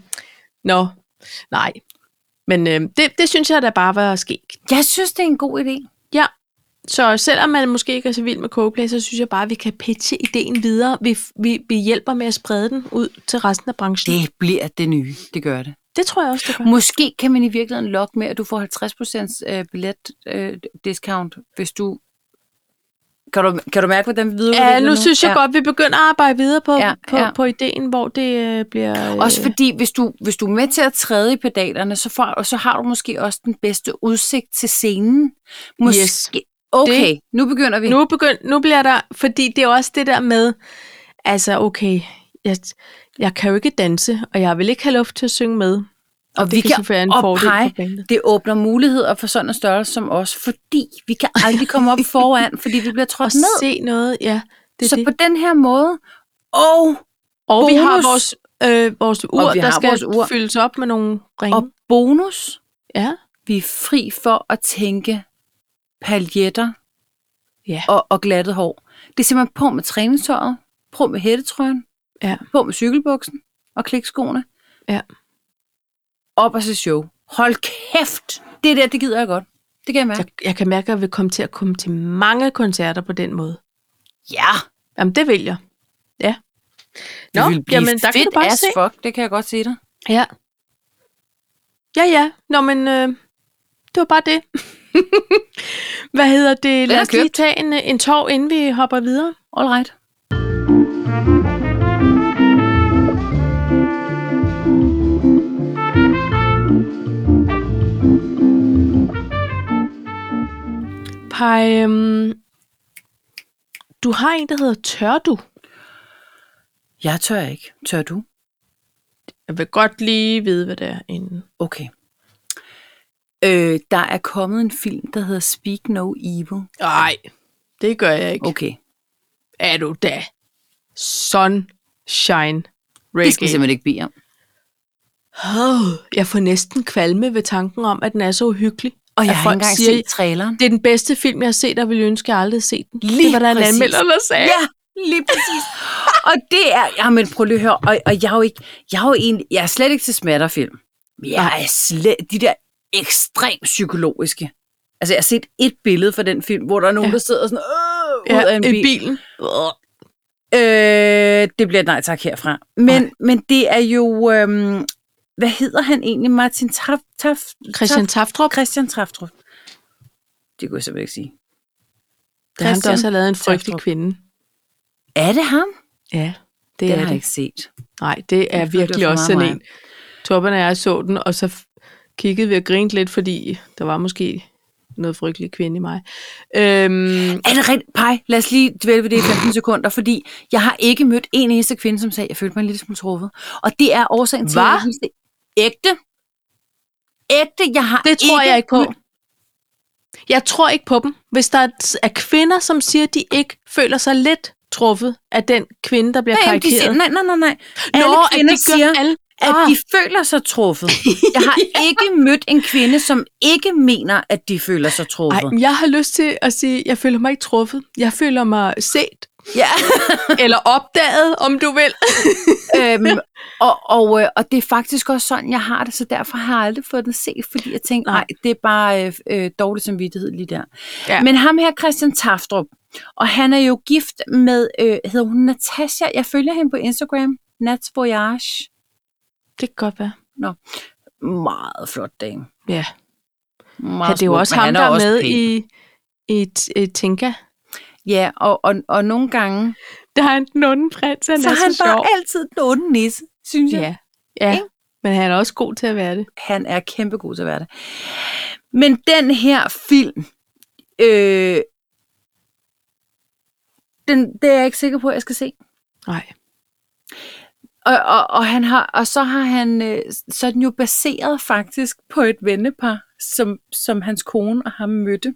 Nej. Men det synes jeg da bare var skægt. Jeg synes, det er en god idé. Ja, så selvom man måske ikke er så vild med Coldplay, så synes jeg bare, at vi kan pitche ideen videre. Vi hjælper med at sprede den ud til resten af branchen. Det bliver det nye. Det gør det. Det tror jeg også, det gør. Måske kan man i virkeligheden lokke med, at du får 50% billet-discount, hvis du... Kan du mærke, hvordan vi videreudvikler nu? Ja, nu synes jeg godt, vi begynder at arbejde videre på ideen, hvor det bliver... Også fordi, hvis du er med til at træde i pedalerne, så har du måske også den bedste udsigt til scenen. Måske. Yes. Okay, nu begynder vi. Nu bliver der... Fordi det er også det der med... Altså, okay, jeg kan jo ikke danse, og jeg vil ikke have luft til at synge med. Og vi kan det åbner muligheder for sådan en størrelse som os, fordi vi kan aldrig komme op foran, fordi vi bliver trådt ned. Og se noget, ja. Så på den her måde, og vi har vores ur, der skal fyldes op med nogle ringe. Og bonus, ja. Vi er fri for at tænke paljetter og glattet hår. Det er simpelthen på med træningstøjet, på med hættetrøjen, på med cykelbuksen og klikskoene. Ja. Op og se show. Hold kæft! Det gider jeg godt. Det kan jeg mærke. Jeg kan mærke, at jeg vil komme til mange koncerter på den måde. Ja! Jamen, det vil jeg. Ja. Det vil blive fedt as fuck, det kan jeg godt sige dig. Ja. Ja. Nå, men det var bare det. Hvad hedder det? Lad os lige tage en tår, inden vi hopper videre. All right. Paj, du har en, der hedder Tør du? Jeg tør ikke. Tør du? Jeg vil godt lige vide, hvad det er inden. Okay. Der er kommet en film, der hedder Speak No Evil. Nej, det gør jeg ikke. Okay. Er du da? Sunshine Reggae. Det skal simpelthen ikke bede om. Jeg får næsten kvalme ved tanken om, at den er så uhyggelig. Og jeg har ikke engang set traileren. Det er den bedste film, jeg har set, og ville ønske, at jeg aldrig havde set den. Lige det var der en anmelder, der sagde. Ja, lige præcis. Og det er... Jamen, prøv lige at høre. Og jeg er slet ikke til smatterfilm. Jeg er slet... De der ekstremt psykologiske. Altså, jeg har set et billede fra den film, hvor der er nogen, der sidder sådan, ud af en bil. I bilen. Det bliver et nej tak herfra. Men det er jo, hvad hedder han egentlig? Martin Christian Tafdrup. Christian Tafdrup. Det kunne jeg simpelthen ikke sige. Det er ham, der også har lavet En frygtelig kvinde. Er det ham? Ja, det har er jeg det. ikke set. Nej, det er virkelig også sådan en. Torben og jeg så den, og så kiggede vi og grinede lidt, fordi der var måske noget frygtelig kvinde i mig. Er det rigtigt? Pej, lad os lige dvæle ved det i 15 sekunder, fordi jeg har ikke mødt en eneste kvinde, som sagde, jeg følte mig en lille smule truffet. Og det er årsagen til, at jeg synes, det er ægte. Jeg har det tror jeg ikke på. Jeg tror ikke på dem. Hvis der er kvinder, som siger, at de ikke føler sig lidt truffet af den kvinde, der bliver karikeret. Nej. Alle kvinder siger, at de føler sig truffet. Jeg har ikke mødt en kvinde, som ikke mener, at de føler sig truffet. Ej, jeg har lyst til at sige, at jeg føler mig ikke truffet. Jeg føler mig set. Ja. Eller opdaget, om du vil. Og det er faktisk også sådan, jeg har det, så derfor har jeg aldrig fået det set, fordi jeg tænkte, nej, det er bare dårlig samvittighed lige der. Ja. Men ham her, Christian Tafdrup, og han er jo gift med, hedder hun Natasha, jeg følger hende på Instagram, Nats Voyage. Det kan godt være. Nå, meget flot dame. Ja. Det er jo også ham, der er med i Tinka. Ja, og nogle gange... Der er en nonneprins, han er så sjov. Så han bare altid den onde nisse, synes jeg. Ja. Men han er også god til at være det. Han er kæmpe god til at være det. Men den her film, det er jeg ikke sikker på, at jeg skal se. Nej. Så er den jo baseret faktisk på et vennepar, som hans kone og ham mødte.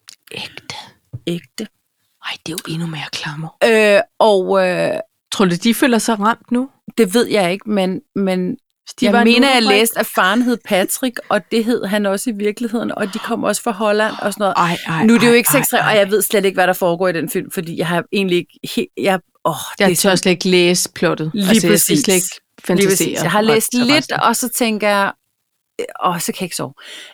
Ægte. Ej, det er jo endnu mere klammer. Tror du, de føler sig ramt nu? Det ved jeg ikke, men jeg mener, jeg læste, at faren hed Patrick, og det hed han også i virkeligheden, og de kom også fra Holland og sådan noget. Nu er det jo ikke sexet, og jeg ved slet ikke, hvad der foregår i den film, fordi jeg har egentlig ikke... Jeg tør slet ikke læse plottet. Lige præcis. Jeg skal slet ikke fantasere. Jeg har læst lidt, og så tænker jeg, så kan jeg ikke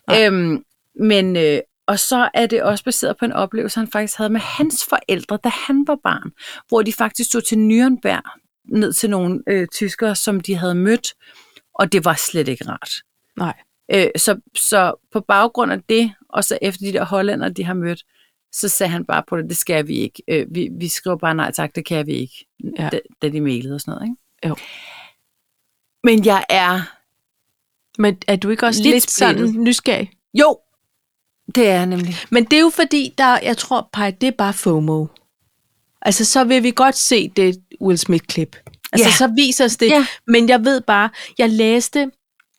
sove. Og så er det også baseret på en oplevelse, han faktisk havde med hans forældre, da han var barn, hvor de faktisk stod til Nürnberg, ned til nogle tyskere, som de havde mødt, og det var slet ikke rart. Nej. Så på baggrund af det, og så efter de der hollændere, de har mødt, så sagde han bare på det skal vi ikke. Vi skriver bare nej tak, det kan vi ikke, da de mailede og sådan noget, ikke? Jo. Men jeg er... Men er du ikke også lidt sådan nysgerrig? Jo, det er jeg nemlig. Men det er jo fordi, jeg tror, det er bare FOMO. Altså, så vil vi godt se det Will Smith-klip. Altså, så viser os det. Men jeg ved bare, jeg læste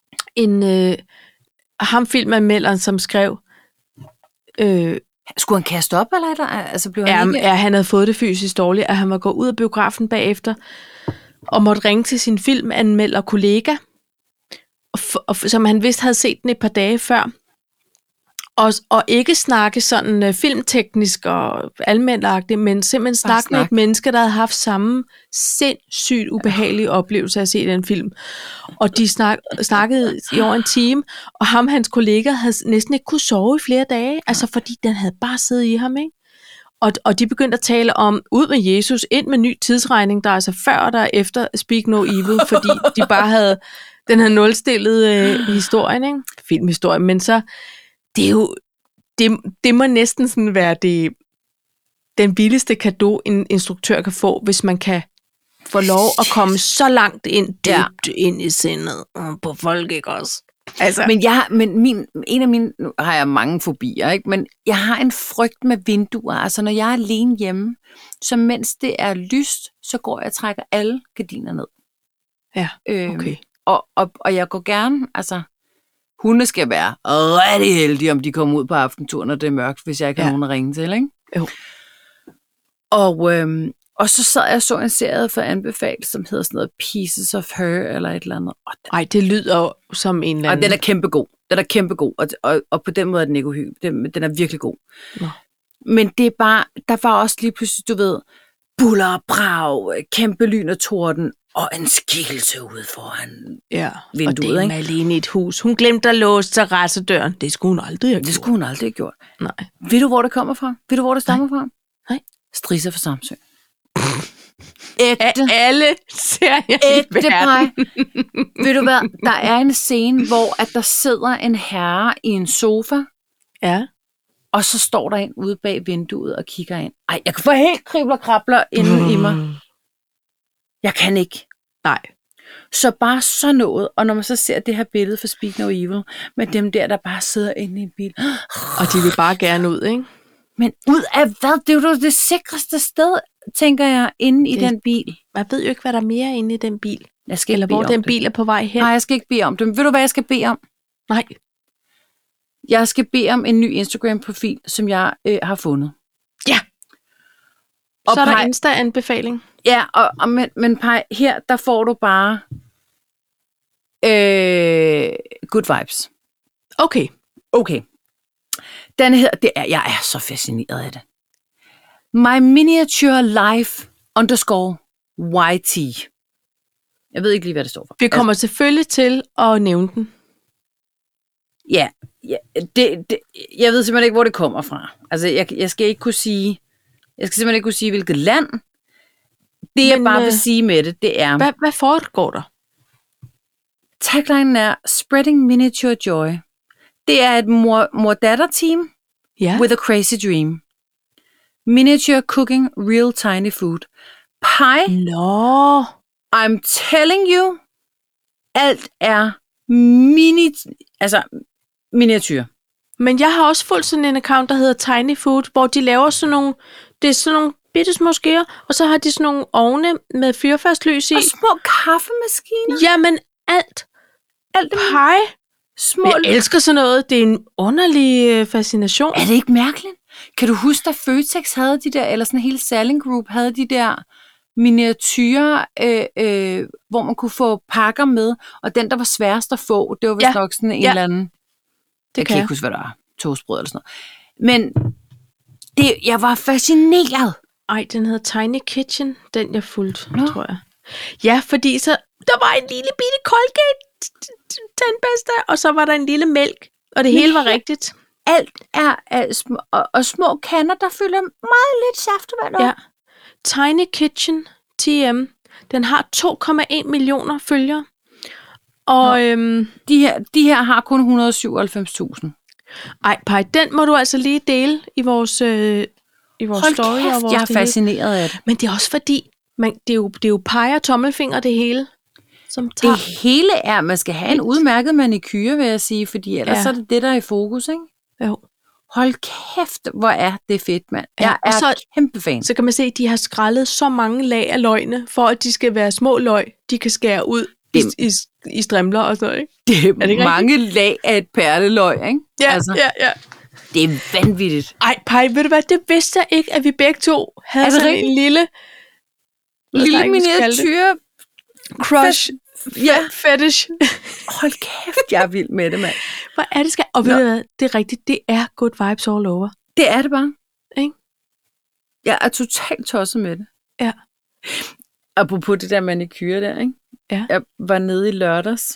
ham filmanmelderen, som skrev... Skulle han kaste op, eller? Altså, blev han ikke... han havde fået det fysisk dårligt, at han var gået ud af biografen bagefter, og måtte ringe til sin filmanmelder kollega, som han vist havde set den et par dage før, og ikke snakke sådan filmteknisk og almindagtigt, men simpelthen snakke med et menneske, der havde haft samme sindssygt ubehagelige oplevelse af at se den film. Og de snakkede i over en time, og hans kollega havde næsten ikke kunne sove i flere dage, altså fordi den havde bare siddet i ham, ikke? Og de begyndte at tale om, ud med Jesus, ind med ny tidsregning, der er altså før og der efter Speak No Evil, fordi de bare havde den her nulstillet historien, ikke? Filmhistorien, men så det er jo, det må næsten sådan være den vildeste cadeau, en instruktør kan få, hvis man kan få lov at komme så langt dybt ind i sindet på folk, ikke også? Altså. En af mine, nu har jeg mange fobier, ikke? Men jeg har en frygt med vinduer. Altså når jeg er alene hjemme, så mens det er lyst, så går jeg og trækker alle gardiner ned. Ja, okay. Og jeg går gerne, altså hunde skal være rigtig heldige, om de kommer ud på aftentur, når det er mørkt, hvis jeg ikke har nogen at ringe til, ikke? Jo. Og så sad jeg og så en serie for anbefalet, som hedder sådan noget Pieces of Her, eller et eller andet. Ej, det lyder som en eller anden... Og den er kæmpe god. Og på den måde er den ikke uhyggelig. Den er virkelig god. Nå. Men det er bare, der var også lige pludselig, du ved, buller og brag, kæmpe lyn og torden. Og en skikkelse ude foran Ja, vinduet, og det er ikke? alene i et hus. Hun glemte at låse terrassedøren. Det skulle hun aldrig have gjort. Det skulle hun aldrig have gjort. Nej. Ved du, hvor det kommer fra? Ved du, hvor det stammer fra? Nej. Strisser for Samsø. Af alle serier i Ægte verden. pej. Ved du hvad? Der er en scene, hvor at der sidder en herre i en sofa, Ja. og så står der en ude bag vinduet og kigger ind. Ej, jeg kan få helt kribler og krabler inde i mig. Jeg kan ikke. Nej. Så bare så noget, og når man så ser det her billede for Speak No Evil, med dem der bare sidder inde i en bil. Og de vil bare gerne ud, ikke? Men ud af hvad? Det er jo det sikreste sted, tænker jeg, inde i den bil. Man ved jo ikke, hvad der er mere inde i den bil. Jeg skal Eller ikke bede hvor om den det. bil er på vej hen. Nej, jeg skal ikke bede om det. Men ved du, hvad jeg skal bede om? Nej. Jeg skal bede om en ny Instagram-profil, som jeg har fundet. Ja. Og Så er der Paj, Insta-anbefaling. ja, men Paj, her der får du bare good vibes. Okay. Okay. Den hedder, jeg er så fascineret af det. My Miniature Life _YT. Jeg ved ikke lige, hvad det står for. Vi kommer selvfølgelig til at nævne den. Ja, jeg ved simpelthen ikke, hvor det kommer fra. Altså, jeg skal ikke kunne sige, hvilket land. Det, jeg bare vil sige med det er... Hvad foregår der? Taglinen er Spreading Miniature Joy. Det er et mor-datter-team with a crazy dream. Miniature cooking, real tiny food. Pie. Nå. I'm telling you, alt er miniatyr. Men jeg har også fulgt sådan en account, der hedder Tiny Food, hvor de laver sådan nogle, det er sådan nogle bitte små skeer, og så har de sådan nogle ovne med fyrfast lys i. Og små kaffemaskiner. Jamen alt. Alt Pie. små. Jeg elsker sådan noget. Det er en underlig fascination. Er det ikke mærkeligt? Kan du huske, at Føtex havde de der, eller sådan en hele Salling Group havde de der miniatyrer, hvor man kunne få pakker med, og den, der var sværest at få, det var vist nok sådan en eller anden, jeg kan ikke huske, hvad der var, toastbrød eller sådan noget. Men jeg var fascineret. Ej, den hedder Tiny Kitchen, den jeg fulgte, tror jeg. Ja, fordi så, der var en lille bitte Colgate tandpasta, og så var der en lille mælk, og det hele var rigtigt. Alt er små, og små kander, der fylder meget lidt saftevand op. Ja. Tiny Kitchen TM, den har 2,1 millioner følgere. Og de her har kun 197.000. Ej, Paj, den må du altså lige dele i vores story. Kæft, og vores jeg er fascineret af det. Men det er også fordi, det er jo pege og tommelfinger det hele, som tager. Det hele er, man skal have en udmærket manikyre, vil jeg sige, fordi ellers så er det der er i fokus, ikke? Jo. Hold kæft, hvor er det fedt, mand. Jeg er så, kæmpe fan. Så kan man se, at de har skrællet så mange lag af løgene, for at de skal være små løg, de kan skære ud i strimler og sådan noget, ikke? Det er det mange lag af et perleløg, ikke? Ja, altså, ja. Det er vanvittigt. Ej, Paj, ved du hvad, det vidste jeg ikke, at vi begge to havde sådan en lille miniatyr crush. Fetish. Hold kæft, jeg er vild med det, mand. Hvor er det skal? Og ved du hvad, det er rigtigt, det er good vibes all over. Det er det bare. Ikke? Jeg er totalt tosset med det. Ja. Apropos det der manikyre der, ikke? Ja. Jeg var nede i lørdags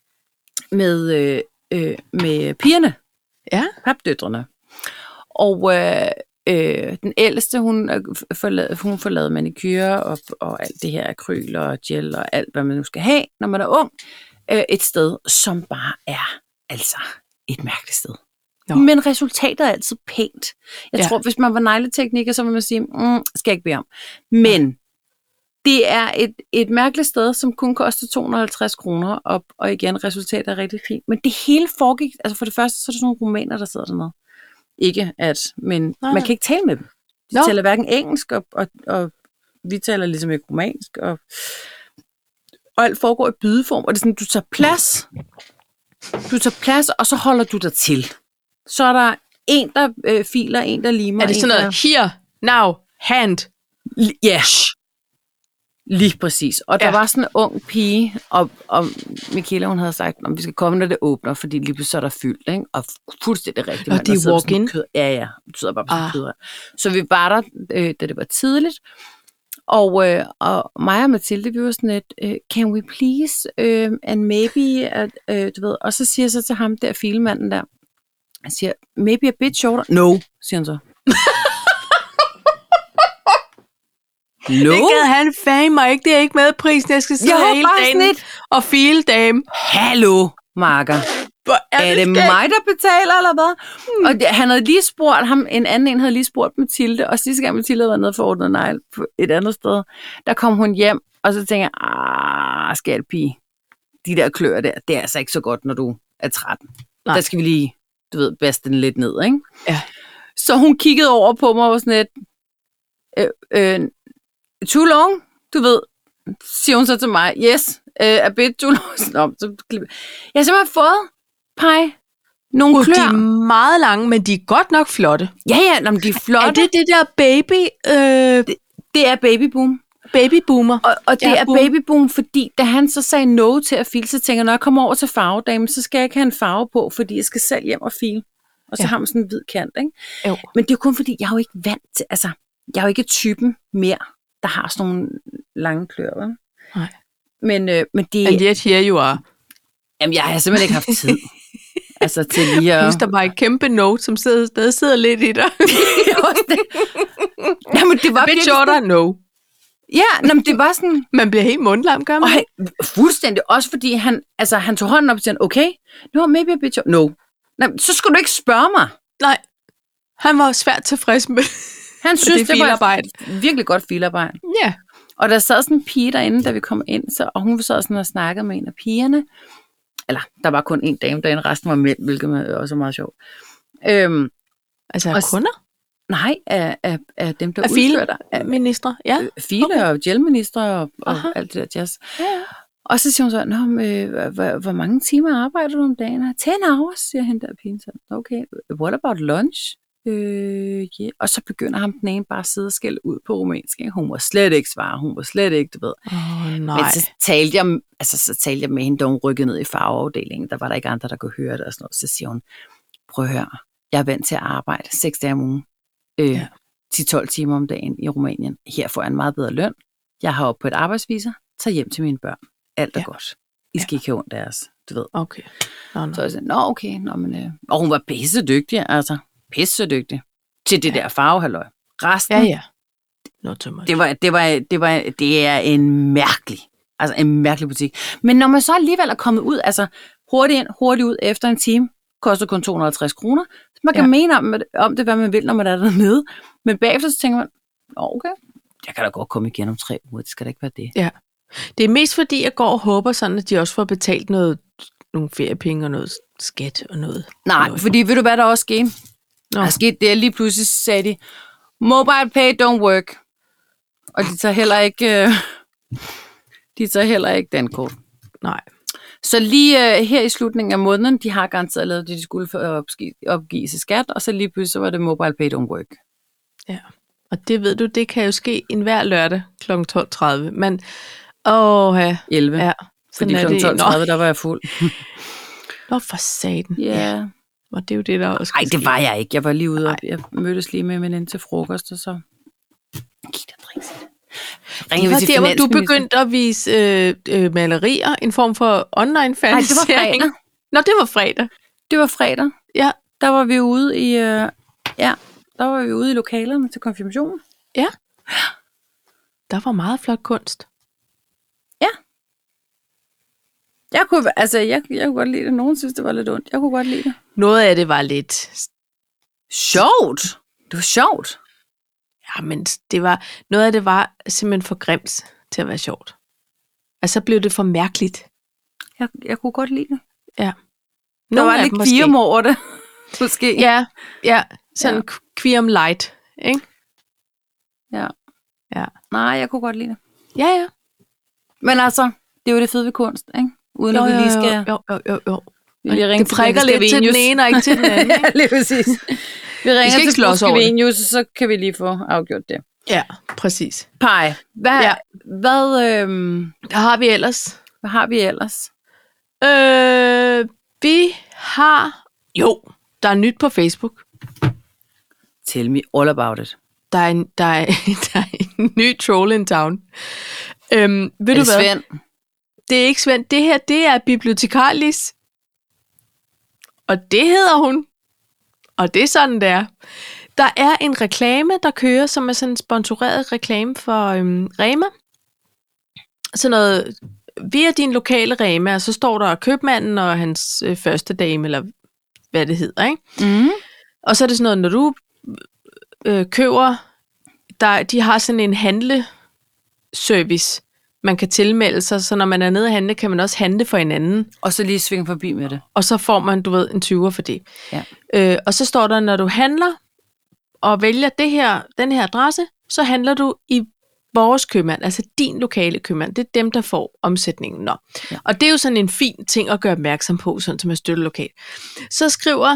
med pigerne. Ja. Papdøtrene. Og den ældste, hun får lavet manikyre og alt det her akryl og gel og alt, hvad man nu skal have, når man er ung. Et sted, som bare er altså et mærkeligt sted. Jo. Men resultatet er altid pænt. Jeg tror, hvis man var negletekniker, så ville man sige, skal jeg ikke bede om. Men det er et mærkeligt sted, som kun koster 250 kroner, og igen, resultatet er rigtig fint. Men det hele foregik, altså for det første, så er der sådan nogle rumæner, der sidder dernede. Men man kan ikke tale med dem. De taler hverken engelsk, og vi taler ligesom ikke romansk, og alt foregår i bydeform, og det er sådan, du tager plads, og så holder du dig til. Så er der en, der filer, en, der limer. Er det sådan noget, here, now, hand? Ja, lige præcis. Og der var sådan en ung pige, og Michaela, hun havde sagt, at vi skal komme, når det åbner, fordi lige pludselig så er der fyldt, ikke? Og fuldstændig rigtigt. Og det er walk-in? Ja, det sidder bare på sådan kød. Så vi var der, da det var tidligt, Og mig og Mathilde, vi var sådan et, can we please, and maybe, du ved, og så siger jeg så til ham der, filmanden der, jeg siger, maybe a bit shorter. No, siger han så. No? Det gad han fandme ikke. Det er ikke med prisen. Jeg skal sidde hele dagen og file dame. Hallo, Marker. Er det mig, der betaler, eller hvad? Og han havde lige spurgt ham, en anden havde lige spurgt Mathilde, og sidste gang Mathilde var nede for ordnet negl på et andet sted, der kom hun hjem, og så tænker jeg, skalpige, de der klør der, det er altså ikke så godt, når du er 13. Nej. Der skal vi lige, du ved, baste den lidt ned, ikke? Ja. Så hun kiggede over på mig og var sådan et, too long, du ved, siger hun så til mig, yes, a bit too long. Jeg har simpelthen fået nogle klør. De er meget lange, men de er godt nok flotte. Ja, de er flotte. Er det der baby? Det er babyboom. Babyboomer. Og det er babyboom, fordi da han så sagde no til at file, så tænker jeg, når jeg kommer over til farvedame, så skal jeg ikke have en farve på, fordi jeg skal selv hjem og file. Og så har man sådan en hvid kant, ikke? Jo. Men det er jo kun fordi, jeg er jo ikke vant til, altså, jeg er jo ikke typen mere, der har sådan nogle lange klør, vel? Nej. Men det... And yet here you are. Jamen, jeg har simpelthen ikke haft tid. Altså til lige at... Der var et kæmpe note, som stadig sidder lidt i dig. Jamen, det var bit shorter, no. Ja, men det var sådan... Man bliver helt mundlam, gør man? Fuldstændig. Også fordi han tog hånden op og sagde, okay, no, maybe a bit shorter. No. Nå, så skulle du ikke spørge mig. Nej. Han var svært tilfreds med han synes, det var virkelig godt filarbejde. Ja. Og der sad sådan en pige derinde, da vi kom ind, og hun sad sådan og snakkede med en af pigerne. Eller, der var kun en dame derinde, resten var mænd, hvilket også er meget sjovt. Altså af kunder? Nej, af dem, der udfører der. Af ministre, ja. File og gelministre og alt det der jazz. Ja. Og så siger hun så, hvor mange timer arbejder du om dagen? 10 hours, siger hende der pigen. Okay, what about lunch? Yeah. Og så begynder ham den ene bare at sidde og skælde ud på rumænsk. Ikke? Hun var slet ikke svare, hun var slet ikke, du ved. Nej. Men så talte jeg med hende, da hun rykkede ned i farveafdelingen. Der var der ikke andre, der kunne høre det og sådan noget. Så siger hun, prøv at høre, jeg er vant til at arbejde 6 dage om ugen. 10-12 timer om dagen i Rumænien. Her får jeg en meget bedre løn. Jeg har op på et arbejdsviser. Tag hjem til mine børn. Alt er godt. I skal ikke have ondt af os, du ved. Okay. Så jeg sagde, okay. Og hun var pissedygtig, altså. Pissedygtig. Til det der farvehalløj. Resten. Ja. Det er en mærkelig butik. Men når man så alligevel er kommet ud, altså hurtigt ind, hurtigt ud efter en time, koster kun 250 kroner. Så man kan mene om det, hvad man vil, når man er dernede. Men bagefter så tænker man, okay, jeg kan da godt komme igen om 3 uger, det skal da ikke være det. Ja. Det er mest fordi, jeg går og håber sådan, at de også får betalt nogle feriepenge og noget skat og noget. Nej, fordi ved du hvad der også skete? Der skete det, lige pludselig sagde de, mobile pay don't work. Og de tager heller ikke den kort. Nej. Så lige her i slutningen af måneden, de har garanteret lavet det, de skulle for at opgive sig skat, og så lige pludselig så var det mobile pay don't work. Ja, og det ved du, det kan jo ske en hver lørdag kl. 12.30, men 11. Ja, fordi kl. 12.30, der var jeg fuld. Nå, for satan. Ja. Og det er jo det, der også Nej, det var jeg ikke. Jeg var lige ude, og jeg mødtes lige med min ind til frokost, og så gik der drinks. Det var der, hvor du begyndte at vise malerier, en form for online finansiering. Nej, det var fredag. Nå, det var fredag. Det var fredag. Ja. Der var vi ude i lokalerne til konfirmationen. Ja. Der var meget flot kunst. Ja. Jeg kunne godt lide det. Nogen synes, det var lidt ondt. Jeg kunne godt lide det. Noget af det var lidt sjovt. Det var sjovt. Ja, men noget af det var simpelthen for grimt til at være sjovt. Altså, så blev det for mærkeligt. Jeg kunne godt lide det. Ja. Der var lidt kvirm over det. Måske. Ja. Sådan kvirm light, ikke? Ja. Ja. Nej, jeg kunne godt lide det. Ja. Men altså, det er jo det fede ved kunst, ikke? Uden at vi lige skal... Jo. Det prikker lidt til den ene og ikke til den anden. Ja, lige præcis. Vi ringer til Skavenius, og så kan vi lige få afgjort det. Ja, præcis. Pej. Hvad har vi ellers? Hvad har vi ellers? Vi har... Jo, der er nyt på Facebook. Tell me all about it. Der er en Ny troll in town. Ved Er du det hvad? Svend? Det er ikke Svend. Det her, det er bibliotekar Lis. Og det hedder hun. Og det er sådan, det er. Der er en reklame, der kører, som er sådan en sponsoreret reklame for Rema. Sådan noget, via din lokale Rema, og så står der købmanden og hans første dame, eller hvad det hedder, ikke? Mm. Og så er det sådan noget, når du køber, de har sådan en handleservice, man kan tilmelde sig, så når man er nede at handle, kan man også handle for hinanden. Og så lige svinge forbi med det. Og så får man, du ved, en 20'er for det. Ja. Og så står der, når du handler og vælger den her adresse, så handler du i vores købmand, altså din lokale købmand. Det er dem, der får omsætningen. Nå. Ja. Og det er jo sådan en fin ting at gøre opmærksom på, sådan som man støtter lokalt. Så skriver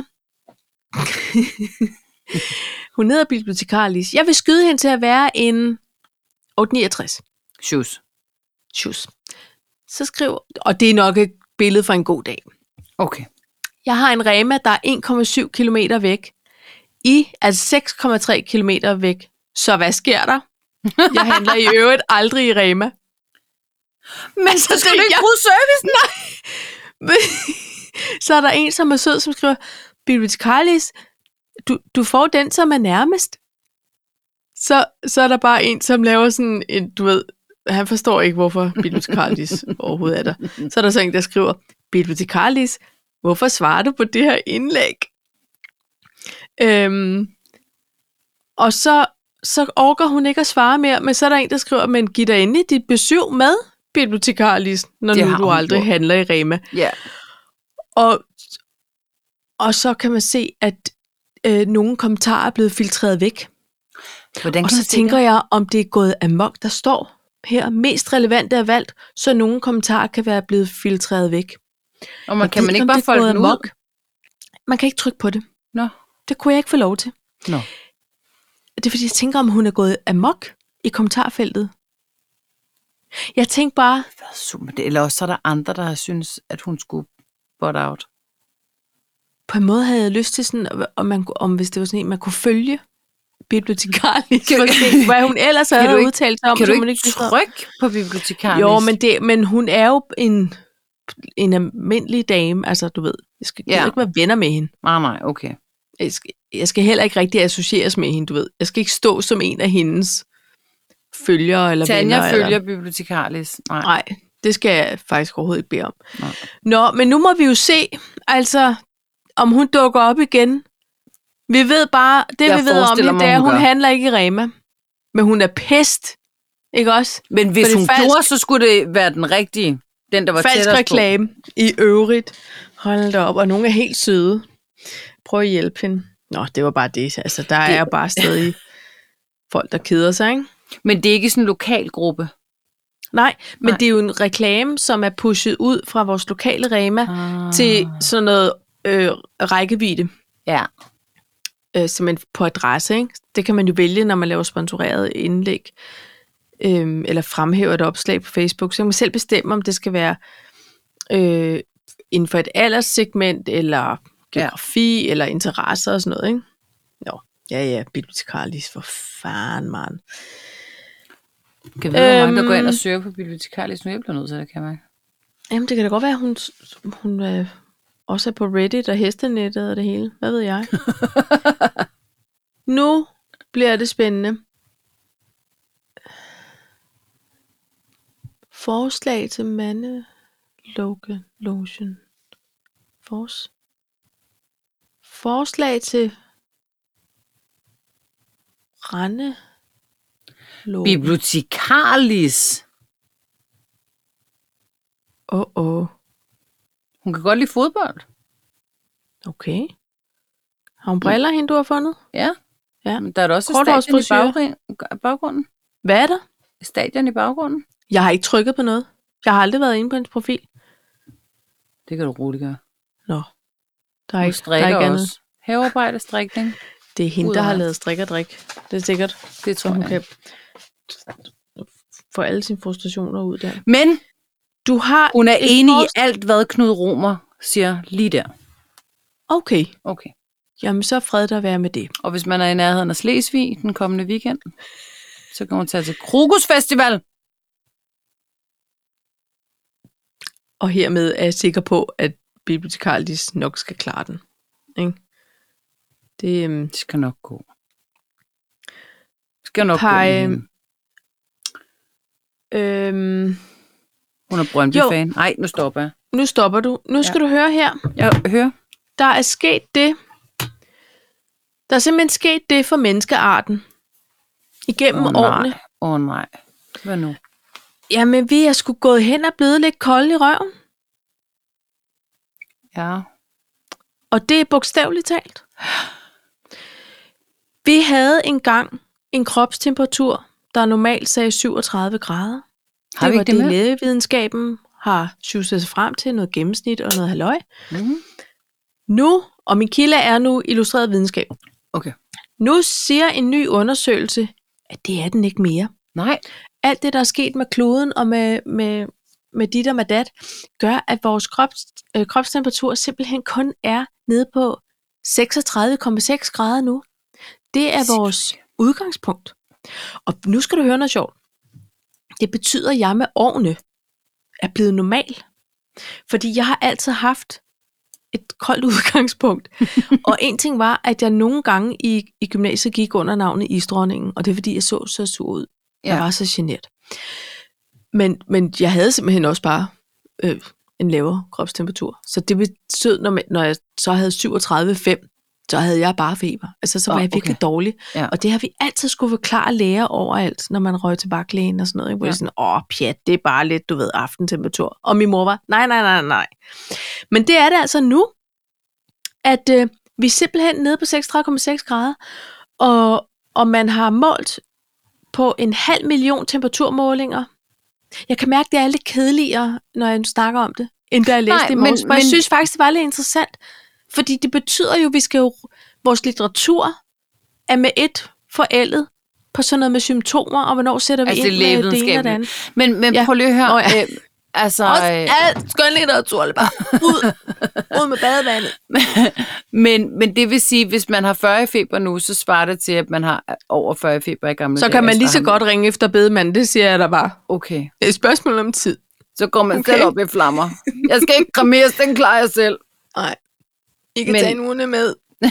hun hedder bibliotekar Lis. Jeg vil skyde hende til at være en 869. Sjus. Så skriver, og det er nok et billede fra en god dag. Okay. Jeg har en Rema, der er 1,7 kilometer væk. Altså 6,3 kilometer væk. Så hvad sker der? Jeg handler i øvrigt aldrig i Rema. Men så skal du ikke bruge servicen? Nej. Så er der en, som er sød, som skriver, bibliotekar Lis, du får den, som er nærmest. Så er der bare en, som laver sådan en, du ved, han forstår ikke, hvorfor bibliotekar Lis overhovedet er der. Så er der så en, der skriver, bibliotekar Lis, hvorfor svarer du på det her indlæg? Og så orker hun ikke at svare mere, men så er der en, der skriver, men giv dig endelig dit besøg med, bibliotekar Lis, når nu du aldrig handler i Rema. Ja. Og så kan man se, at nogle kommentarer er blevet filtreret væk. Hvordan og så tænker jeg, om det er gået amok, der står her, mest relevante er valgt, så nogle kommentarer kan være blevet filtreret væk. Og kan man ikke bare folde den ud? Man kan ikke trykke på det. Nå. Det kunne jeg ikke få lov til. Nå. Det er fordi, jeg tænker, om hun er gået amok i kommentarfeltet. Jeg tænkte bare... Eller også så er der andre, der har synes, at hun skulle butt out. På en måde havde jeg lyst til sådan, om hvis det var sådan en, man kunne følge bibliotekar Lis, hvad hun ellers havde udtalt sig om. Kan du ikke trykke på bibliotekar Lis? Jo, men hun er jo en almindelig dame, altså du ved, jeg skal ikke være venner med hende. Nej, okay. Jeg skal heller ikke rigtig associeres med hende, du ved. Jeg skal ikke stå som en af hendes følgere eller venner. Tanja følger bibliotekar Lis. Nej, det skal jeg faktisk overhovedet ikke bede om. Nej. Nå, men nu må vi jo se, altså, om hun dukker op igen. Vi ved bare, vi ved om hende, det er, hun handler ikke i Rema. Men hun er pest, ikke også? Men hvis hun gjorde, så skulle det være den rigtige. Den, der var falsk reklame i øvrigt. Hold da op, og nogle er helt søde. Prøv at hjælpe hende. Nå, det var bare det. Altså, der er bare stadig folk, der keder sig, ikke? Men det er ikke sådan en lokal gruppe? Nej, men det er jo en reklame, som er pushet ud fra vores lokale Rema til sådan noget rækkevidde. Ja. Som en på adresse, ikke? Det kan man jo vælge, når man laver sponsoreret indlæg, eller fremhæver et opslag på Facebook. Så kan man selv bestemme, om det skal være inden for et alderssegment, eller geografi, eller interesser og sådan noget, ikke? Nå, ja, bibliotekar Lis, for fanden, man. Kan vi vide, hvor mange der går ind og søger på bibliotekar Lis? Nu er jeg blevet nødt til det, kan man. Jamen, det kan da godt være, at hun også er på Reddit og hestenettet og det hele. Hvad ved jeg? Nu bliver det spændende. Forslag til lotion. Forslag til rende. Bibliotekar Lis. Hun kan godt lide fodbold. Okay. Har hun briller, hende du har fundet? Ja. Men der er da også stadion i baggrunden. Hvad er der? Stadion i baggrunden. Jeg har ikke trykket på noget. Jeg har aldrig været inde på hendes profil. Det kan du roligt gøre. Nå. Der er ikke andet. Havearbejde, strikning. Det er hende, der har lavet strik og drik. Det er sikkert. Det tror jeg. Hun kan få alle sine frustrationer ud der. Men hun er enig i alt, hvad Knud Romer siger lige der. Okay. Okay. Jamen, så fred der være med det. Og hvis man er i nærheden af Slesvig den kommende weekend, Så kan hun tage til Krokus Festival. Og hermed er jeg sikker på, at bibliotekar Lis nok skal klare den. Ikke? Det skal nok gå. Det skal nok gå. Hun er Brøndby-fan. Nej, nu stopper jeg. Nu stopper du. Nu skal du høre her. Jeg hører. Der er sket det. Der er simpelthen sket det for menneskearten. Igennem årene. Nej. Hvad nu? Jamen, vi er sgu gået hen og blevet lidt kolde i røven. Ja. Og det er bogstaveligt talt. Vi havde engang en kropstemperatur, der normalt sagde 37 grader. Har vi det var det lægevidenskaben har sjusset sig frem til, noget gennemsnit og noget halløj. Mm-hmm. Nu, og min kilde er nu illustreret videnskab. Okay. Nu siger en ny undersøgelse, at det er den ikke mere. Nej. Alt det, der er sket med kloden og med dit og med dat, gør, at vores kropstemperatur simpelthen kun er nede på 36,6 grader nu. Det er vores udgangspunkt. Og nu skal du høre noget sjovt. Det betyder, at jeg med årene er blevet normal. Fordi jeg har altid haft et koldt udgangspunkt. Og en ting var, at jeg nogle gange i gymnasiet gik under navnet Isdronningen, og det er fordi, jeg så sur ud. Jeg var så genert. Men jeg havde simpelthen også bare en lavere kropstemperatur. Så det betød, når jeg så havde 37,5, så havde jeg bare feber. Altså, så var jeg virkelig dårlig. Ja. Og det har vi altid skulle forklare læger overalt, når man røg tobaklægen og sådan noget. Hvor jeg sådan, pjat, det er bare lidt, du ved, aftentemperatur. Og min mor var, nej. Men det er det altså nu, at vi er simpelthen nede på 36,6 grader, og man har målt på 500.000 temperaturmålinger. Jeg kan mærke, det er lidt kedeligere, når jeg snakker om det, end da jeg læste det i morges. Men jeg synes faktisk, det var lidt interessant. Fordi det betyder jo, at vores litteratur er med et forældet på sådan noget med symptomer, og hvornår sætter vi ind med det ene og det andet. Men prøv lige at høre. Altså, også alt skønlitteratur, eller bare ud med badevandet. men det vil sige, hvis man har 40 feber nu, så svarer det til, at man har over 40 feber i gamle dage. Så kan man lige så godt ringe efter bedemanden, det siger jeg da bare. Okay. Det er et spørgsmål om tid. Så går man selv op i flammer. Jeg skal ikke kremeres, den klarer jeg selv. Nej. I kan tage en uge med.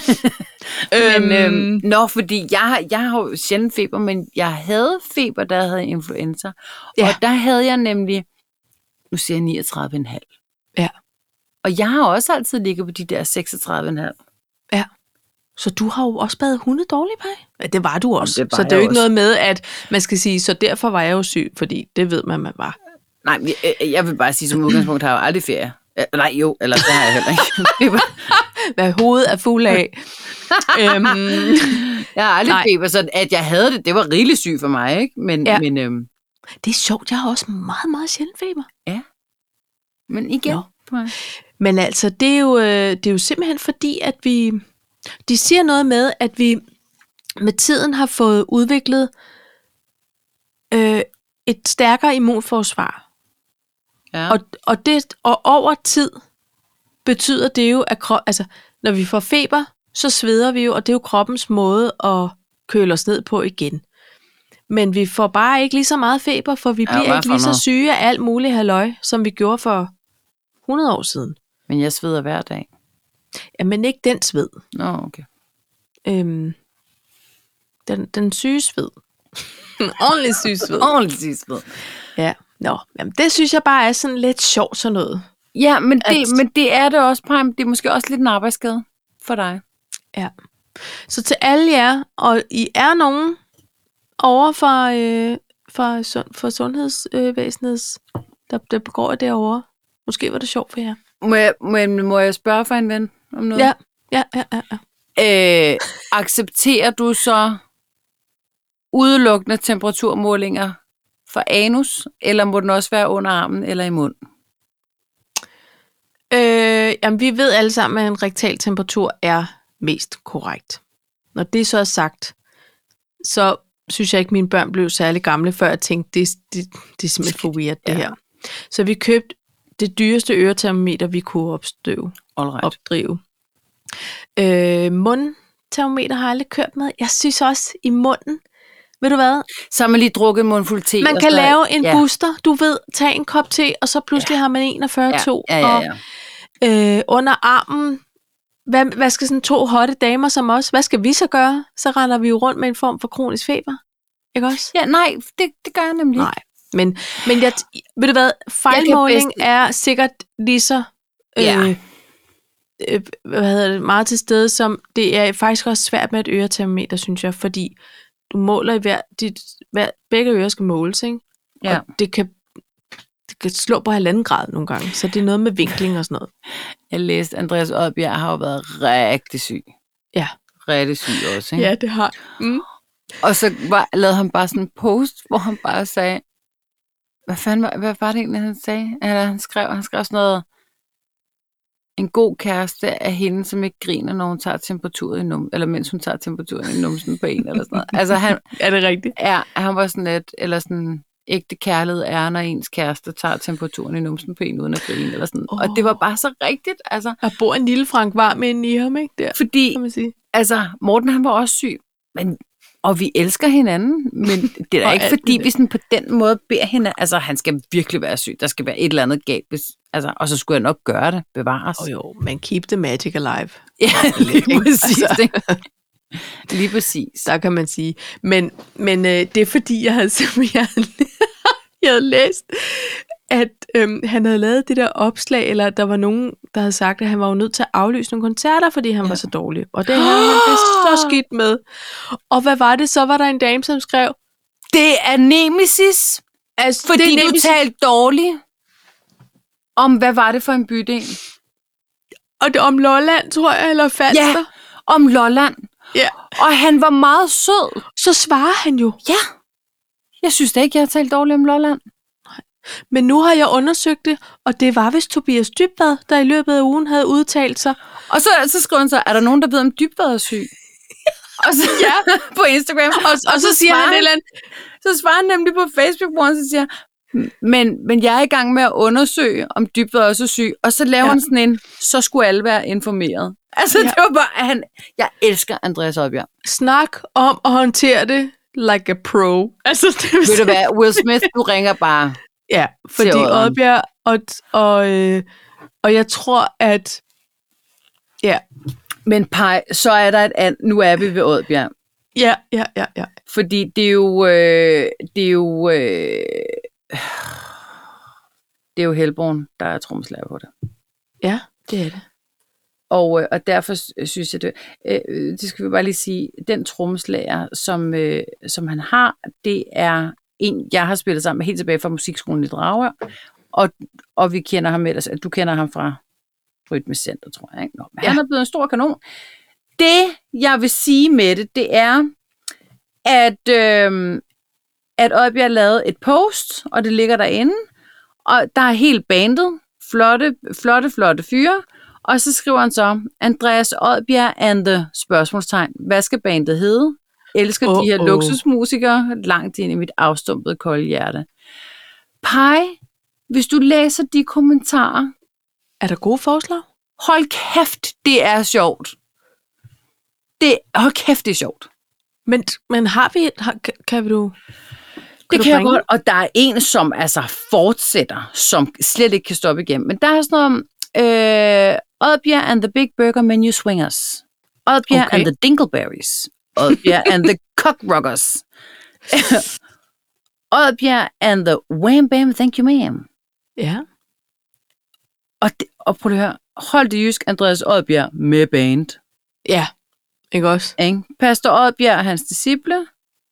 Fordi jeg har jo sjældent feber, men jeg havde feber, da jeg havde influenza. Ja. Og der havde jeg nemlig, nu siger jeg 39,5. Ja. Og jeg har også altid ligget på de der 36,5. Ja. Så du har jo også badet hunde dårligt, Paj? Ja, det var du også. Så det er jo ikke noget med, at man skal sige, så derfor var jeg jo syg, fordi det ved man var. Nej, jeg vil bare sige, som udgangspunkt har jeg jo aldrig ferie. Nej, jo, eller det har jeg heller ikke. Hvad hovedet er fuld af. Jeg har aldrig feber, så at jeg havde det var rigeligt syg for mig, ikke? Men det er sjovt, jeg har også meget, meget sjældent feber. Ja. Men igen. Men altså, det er jo simpelthen fordi, at de siger noget med, at vi med tiden har fået udviklet et stærkere immunforsvar. Ja. Og over tid betyder det jo, at når vi får feber, så sveder vi jo, og det er jo kroppens måde at køle os ned på igen. Men vi får bare ikke lige så meget feber, for vi bliver ikke lige så syge af alt muligt halløj, som vi gjorde for 100 år siden. Men jeg sveder hver dag. Jamen ikke den sved. Nå, okay. Den syge sved. Ordentlig syge sved. Ordentlig syge sved. Ja. Nå, jamen det synes jeg bare er sådan lidt sjovt sådan noget. Ja, men det er det også, Paj. Det er måske også lidt en arbejdsskade for dig. Ja. Så til alle jer, og I er nogen over for sundhedsvæsenets, der begår derovre. Måske var det sjovt for jer. Må jeg spørge for en ven om noget? Ja. Accepterer du så udelukkende temperaturmålinger for anus, eller må den også være under armen eller i mund? Jamen, vi ved alle sammen, at en rektal temperatur er mest korrekt. Når det så er sagt, så synes jeg ikke, at mine børn blev særlig gamle, før jeg tænkte, det er simpelthen for weird, det her. Så vi købte det dyreste øretermometer, vi kunne opdrive. Mundtermometer har jeg aldrig kørt med. Jeg synes også, i munden ved du hvad? Så har man lige drukket en mundfuld te. Man kan lave en booster, du ved, tage en kop te, og så pludselig har man 41,2. Og under armen, hvad skal sådan 2 hotte damer som os, hvad skal vi så gøre? Så render vi jo rundt med en form for kronisk feber. Ikke også? Ja, nej, det gør jeg nemlig. Nej, men ved du hvad, fejlmåling er sikkert lige så meget til stede, som det er faktisk også svært med et øretermometer, synes jeg, fordi du måler i begge ører skal måles, ikke? Ja. Og det kan slå på 1,5 grad nogle gange, så det er noget med vinkling og sådan noget. Jeg læste, Andreas Odbjerg har jo været rigtig syg. Ja. Rigtig syg også, ikke? Ja, det har. Og så lavede han bare sådan en post, hvor han bare sagde, hvad var det egentlig, han sagde? Eller han skrev sådan noget, en god kæreste er hende, som ikke griner, når hun tager temperaturen i numsen, eller mens hun tager temperaturen i numsen på en, eller sådan noget. Altså han, er det rigtigt? Ja, han var sådan lidt, eller sådan, ægte kærlighed er, når ens kæreste tager temperaturen i numsen på en, uden at grine, eller sådan. Og det var bare så rigtigt, altså. Der bor en lille Frank Varm inde i ham, ikke? Der, fordi, kan man sige. Altså, Morten han var også syg, og vi elsker hinanden, men det er da ikke fordi, vi sådan på den måde beder hinanden, altså han skal virkelig være syg, der skal være et eller andet galt, og så skulle jeg nok gøre det, bevares. Jo, men keep the magic alive. Ja, lige præcis. Altså. Lige præcis. Der kan man sige. Men det er fordi, jeg havde læst, at han havde lavet det der opslag, eller der var nogen, der havde sagt, at han var jo nødt til at aflyse nogle koncerter, fordi han var så dårlig. Og det havde han det så skidt med. Og hvad var det? Så var der en dame, som skrev, det er Nemesis, altså, fordi det er du talte dårligt. Om, hvad var det for en bydel? Og det om Lolland, tror jeg, eller Falster? Ja, om Lolland. Ja. Og han var meget sød. Så svarer han jo. Ja. Jeg synes da ikke, jeg har talt dårligt om Lolland. Nej. Men nu har jeg undersøgt det, og det var vist Tobias Dybvad, der i løbet af ugen havde udtalt sig. Og så skriver han så, er der nogen, der ved om Dybvad er syg? Og så, på Instagram. Og så siger han et eller andet. Så svarer han nemlig på Facebook, hvor han så siger, men jeg er i gang med at undersøge, om Dybvad også er syg. Og så laver han sådan en, så skulle alle være informeret. Altså, det var bare, jeg elsker Andreas Odbjerg. Snak om at håndtere det like a pro. Altså, det ved du hvad, Will Smith, du ringer bare. Ja, fordi Odbjerg, og jeg tror, at men Paj, så er der et andet, nu er vi ved Odbjerg. Ja. Fordi det er jo Helborn, der er trommeslager på det. Ja, det er det. Og derfor synes jeg, det skal vi bare lige sige, den trommeslager, som han har, det er en, jeg har spillet sammen med helt tilbage fra musikskolen i Dragør, og vi kender ham ellers, du kender ham fra Rytmecenter, tror jeg. Ikke? Men han er blevet en stor kanon. Det, jeg vil sige med det er, at Odbjerg lavede et post, og det ligger derinde, og der er helt bandet, flotte fyre, og så skriver han så, Andreas Odbjerg and the spørgsmålstegn. Hvad skal bandet hedde? Elsker de her luksusmusikere langt ind i mit afstumpede kolde hjerte. Paj, hvis du læser de kommentarer. Er der gode forslag? Hold kæft, det er sjovt. Hold kæft, det er sjovt. Men kan du... Det kan jeg godt, og der er en, som altså fortsætter, som slet ikke kan stoppe igen. Men der er sådan noget Odbjerg and the Big Burger Menu Swingers. Odbjerg and the Dingleberries. Odbjerg and the Cockrockers. Odbjerg and the Wham Bam Thank You Ma'am. Ja. Og prøv at høre, hold det jysk, Andreas Odbjerg med band. Ja, ikke også? Ikke? Pastor Odbjerg og hans disciple.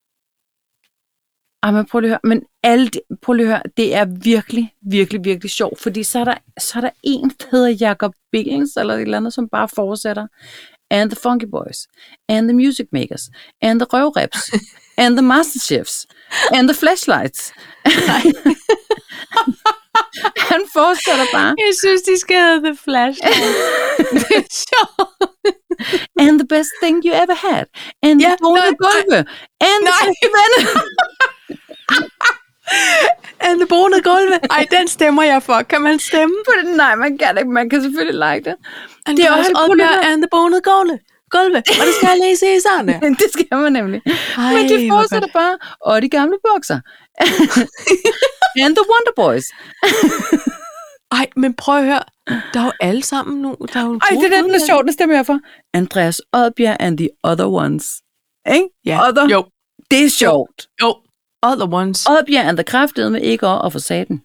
Men prøv lige at høre, det er virkelig, virkelig, virkelig sjovt, fordi så er der en, der hedder Jacob Billings, eller et eller andet, som bare fortsætter. And the Funky Boys, and the Music Makers, and the Røvreps, and the Masterchefs, and the Flashlights. Han fortsætter bare. Jeg synes, de skal hedde The Flashlights. Det er sjovt. And the best thing you ever had. And the bonede gulve. And the venner. And the bonede gulve. Ej, den stemmer jeg for. Kan man stemme på det? Nej, man kan ikke. Man kan selvfølgelig like det. And det er også Odbjerg and the bonede gulve, og det skal jeg læse i sådan der. Det skal man nemlig. Ej, Men de fortsætter bare, og de gamle bukser. And the Wonder Boys. Ej, men prøv at høre. Der er jo alle sammen nu. Der er jo det er sjovt, det stemmer jeg for. Andreas Odbjerg and the Other Ones. Ikke? Ja, Other. jo. Det er sjovt. Jo, Other Ones. Odbjerg and the kraftede med ikke og for saten.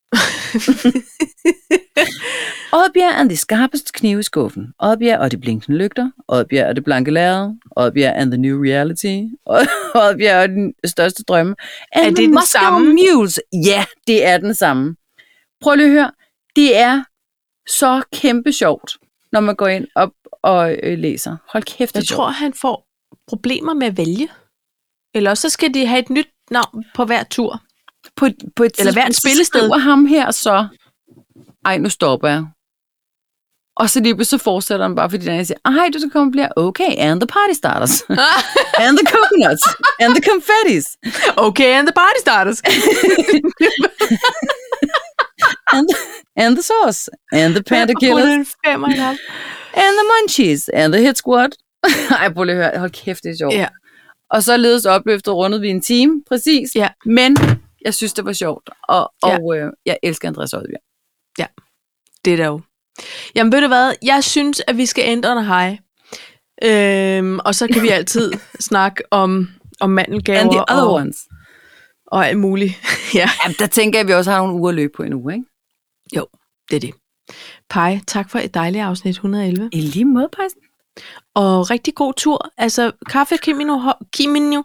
Oddbjerg and de skarpeste knive i skuffen. Oddbjerg og de blinkende lygter. Oddbjerg og det blanke lærred. Oddbjerg and the new reality. Oddbjerg og den største drømme. And er det den samme? Mules. Ja, det er den samme. Prøv lige at høre. Det er så kæmpe sjovt, når man går ind op og læser. Hold kæft, jeg tror, han får problemer med at vælge. Eller så skal de have et nyt navn på hver tur. På et eller hvert spillested. Skriver ham her så, ej, nu stopper jeg. Og så lige så fortsætter han bare, fordi han siger, ej, du skal komme og blive, okay, and the party starters. And the coconuts. And the confettis. Okay, and the party starters. and the sauce. And the panda killers. And the munchies. And the hit squad. Ej, prøv lige at høre, hold kæft, det er sjovt. Ja. Og så ledes opløftet rundet vi en time, præcis. Ja. Men jeg synes, det var sjovt. Og jeg elsker Andreas Odbjerg. Ja, det er der jo. Jamen ved du hvad, jeg synes, at vi skal ændre en hej. Og så kan vi altid snakke om mandelgaver. And the other ones. Og alt muligt. Ja. Jamen, der tænker jeg, at vi også har nogle uger at løbe på en uge, ikke? Jo, det er det. Pej, tak for et dejligt afsnit 111. I lige måde, Pejsen. Og rigtig god tur. Altså, kaffe kimono holder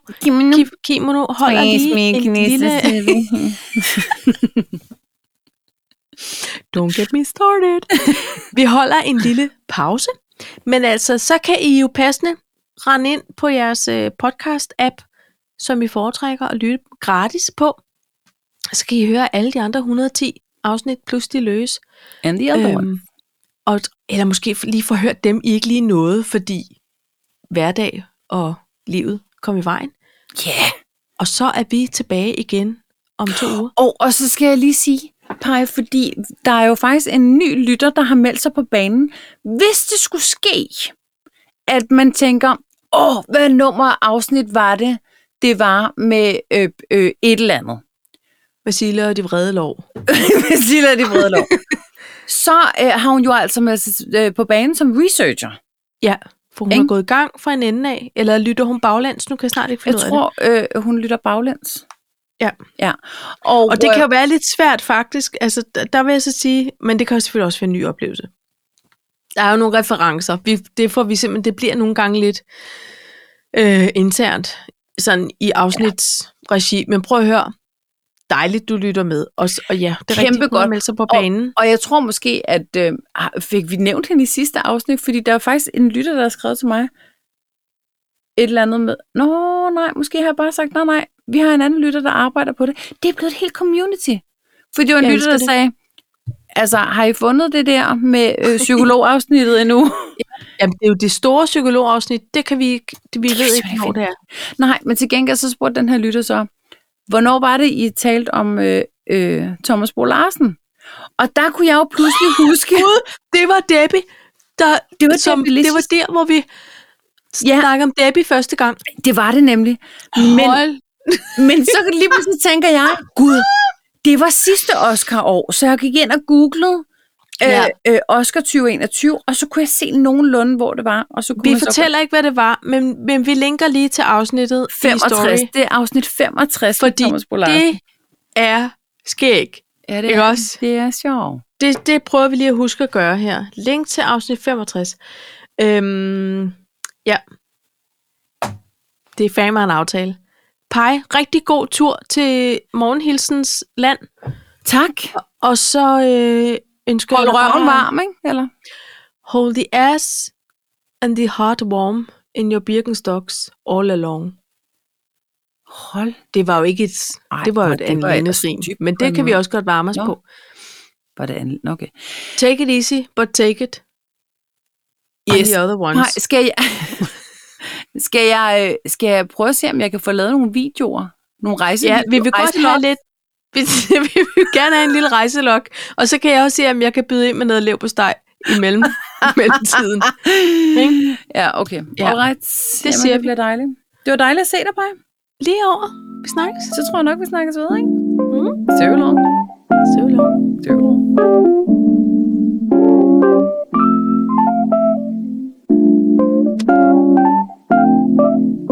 lige en lille... Don't get me started. Vi holder en lille pause. Men altså, så kan I jo passende rende ind på jeres podcast-app, som I foretrækker at lytte gratis på. Så kan I høre alle de andre 110 afsnit plus de løse. And the other one. Eller måske lige få hørt dem, I ikke lige nåede, fordi hverdag og livet kom i vejen. Ja. Yeah. Og så er vi tilbage igen om 2 uger. Og så skal jeg lige sige, Paj, fordi der er jo faktisk en ny lytter, der har meldt sig på banen. Hvis det skulle ske, at man tænker, hvad nummer afsnit var det? Det var med et eller andet. Vasile og de vrede lår. Vasile og de vrede lår. Så har hun jo altså med sig på banen som researcher. Ja, for hun er gået i gang fra en ende af. Eller lytter hun baglæns? Nu kan jeg snart ikke finde ud af det. Jeg tror, hun lytter baglæns. Ja. Og det kan jo være lidt svært faktisk. Altså, der vil jeg så sige, men det kan selvfølgelig også være en ny oplevelse. Der er jo nogle referencer. Det får vi simpelthen, det bliver nogle gange lidt internt, sådan i afsnitsregi. Men prøv at høre. Dejligt, du lytter med. Og ja, det er kæmpe rigtig godt at melde sig på banen. Og jeg tror måske, at fik vi nævnt hende i sidste afsnit, fordi der er faktisk en lytter, der har skrevet til mig et eller andet med, nej, måske har jeg bare sagt, nej, vi har en anden lytter, der arbejder på det. Det er blevet et helt community. For det var en lytter, der sagde, altså, har I fundet det der med psykologafsnittet endnu? Jamen, det er jo det store psykologafsnit, det kan vi ikke, vi ved ikke, hvor det er. Nej, men til gengæld så spurgte den her lytter så, hvornår var det, I talte om Thomas Bo Larsen? Og der kunne jeg jo pludselig huske... det var Debbie. Det var der, hvor vi snakkede om Debbie første gang. Det var det nemlig. Men så lige pludselig tænker jeg, gud, det var sidste Oscar-år, så jeg gik ind og googlede Oscar 2021, og så kunne jeg se nogenlunde, hvor det var. Og så kunne vi fortæller ikke, hvad det var, men vi linker lige til afsnittet 65. Det er afsnit 65, fordi det er skæg. Ja, det er også. Det er sjovt. Det prøver vi lige at huske at gøre her. Link til afsnit 65. Ja. Det er fandme en aftale. Pej, rigtig god tur til Morgenhilsens land. Tak. Og så ønsker hold røven varm, ikke? Eller? Hold the ass and the heart warm in your Birkenstocks all along. Hold. Det var jo ikke det var jo en lindesrin, men det kan vi også godt varme os på. Var det andet? Okay. Take it easy, but take it. Yes. The other ones. Nej, skal jeg prøve at se, om jeg kan få lavet nogle videoer? Nogle rejsevideoer? Ja, vi vil godt have lidt. Vi vil gerne have en lille rejselog. Og så kan jeg også se, om jeg kan byde ind med noget leverpostej imellem. mellemtiden. Ikke? Ja, okay. Ja. Alright. Det siger det vi. bliver dejligt. Det var dejligt at se dig, Paj. Lige over. Vi snakkes. Så tror jeg nok, vi snakkes ved, ikke? Mm. So long. So long. So long.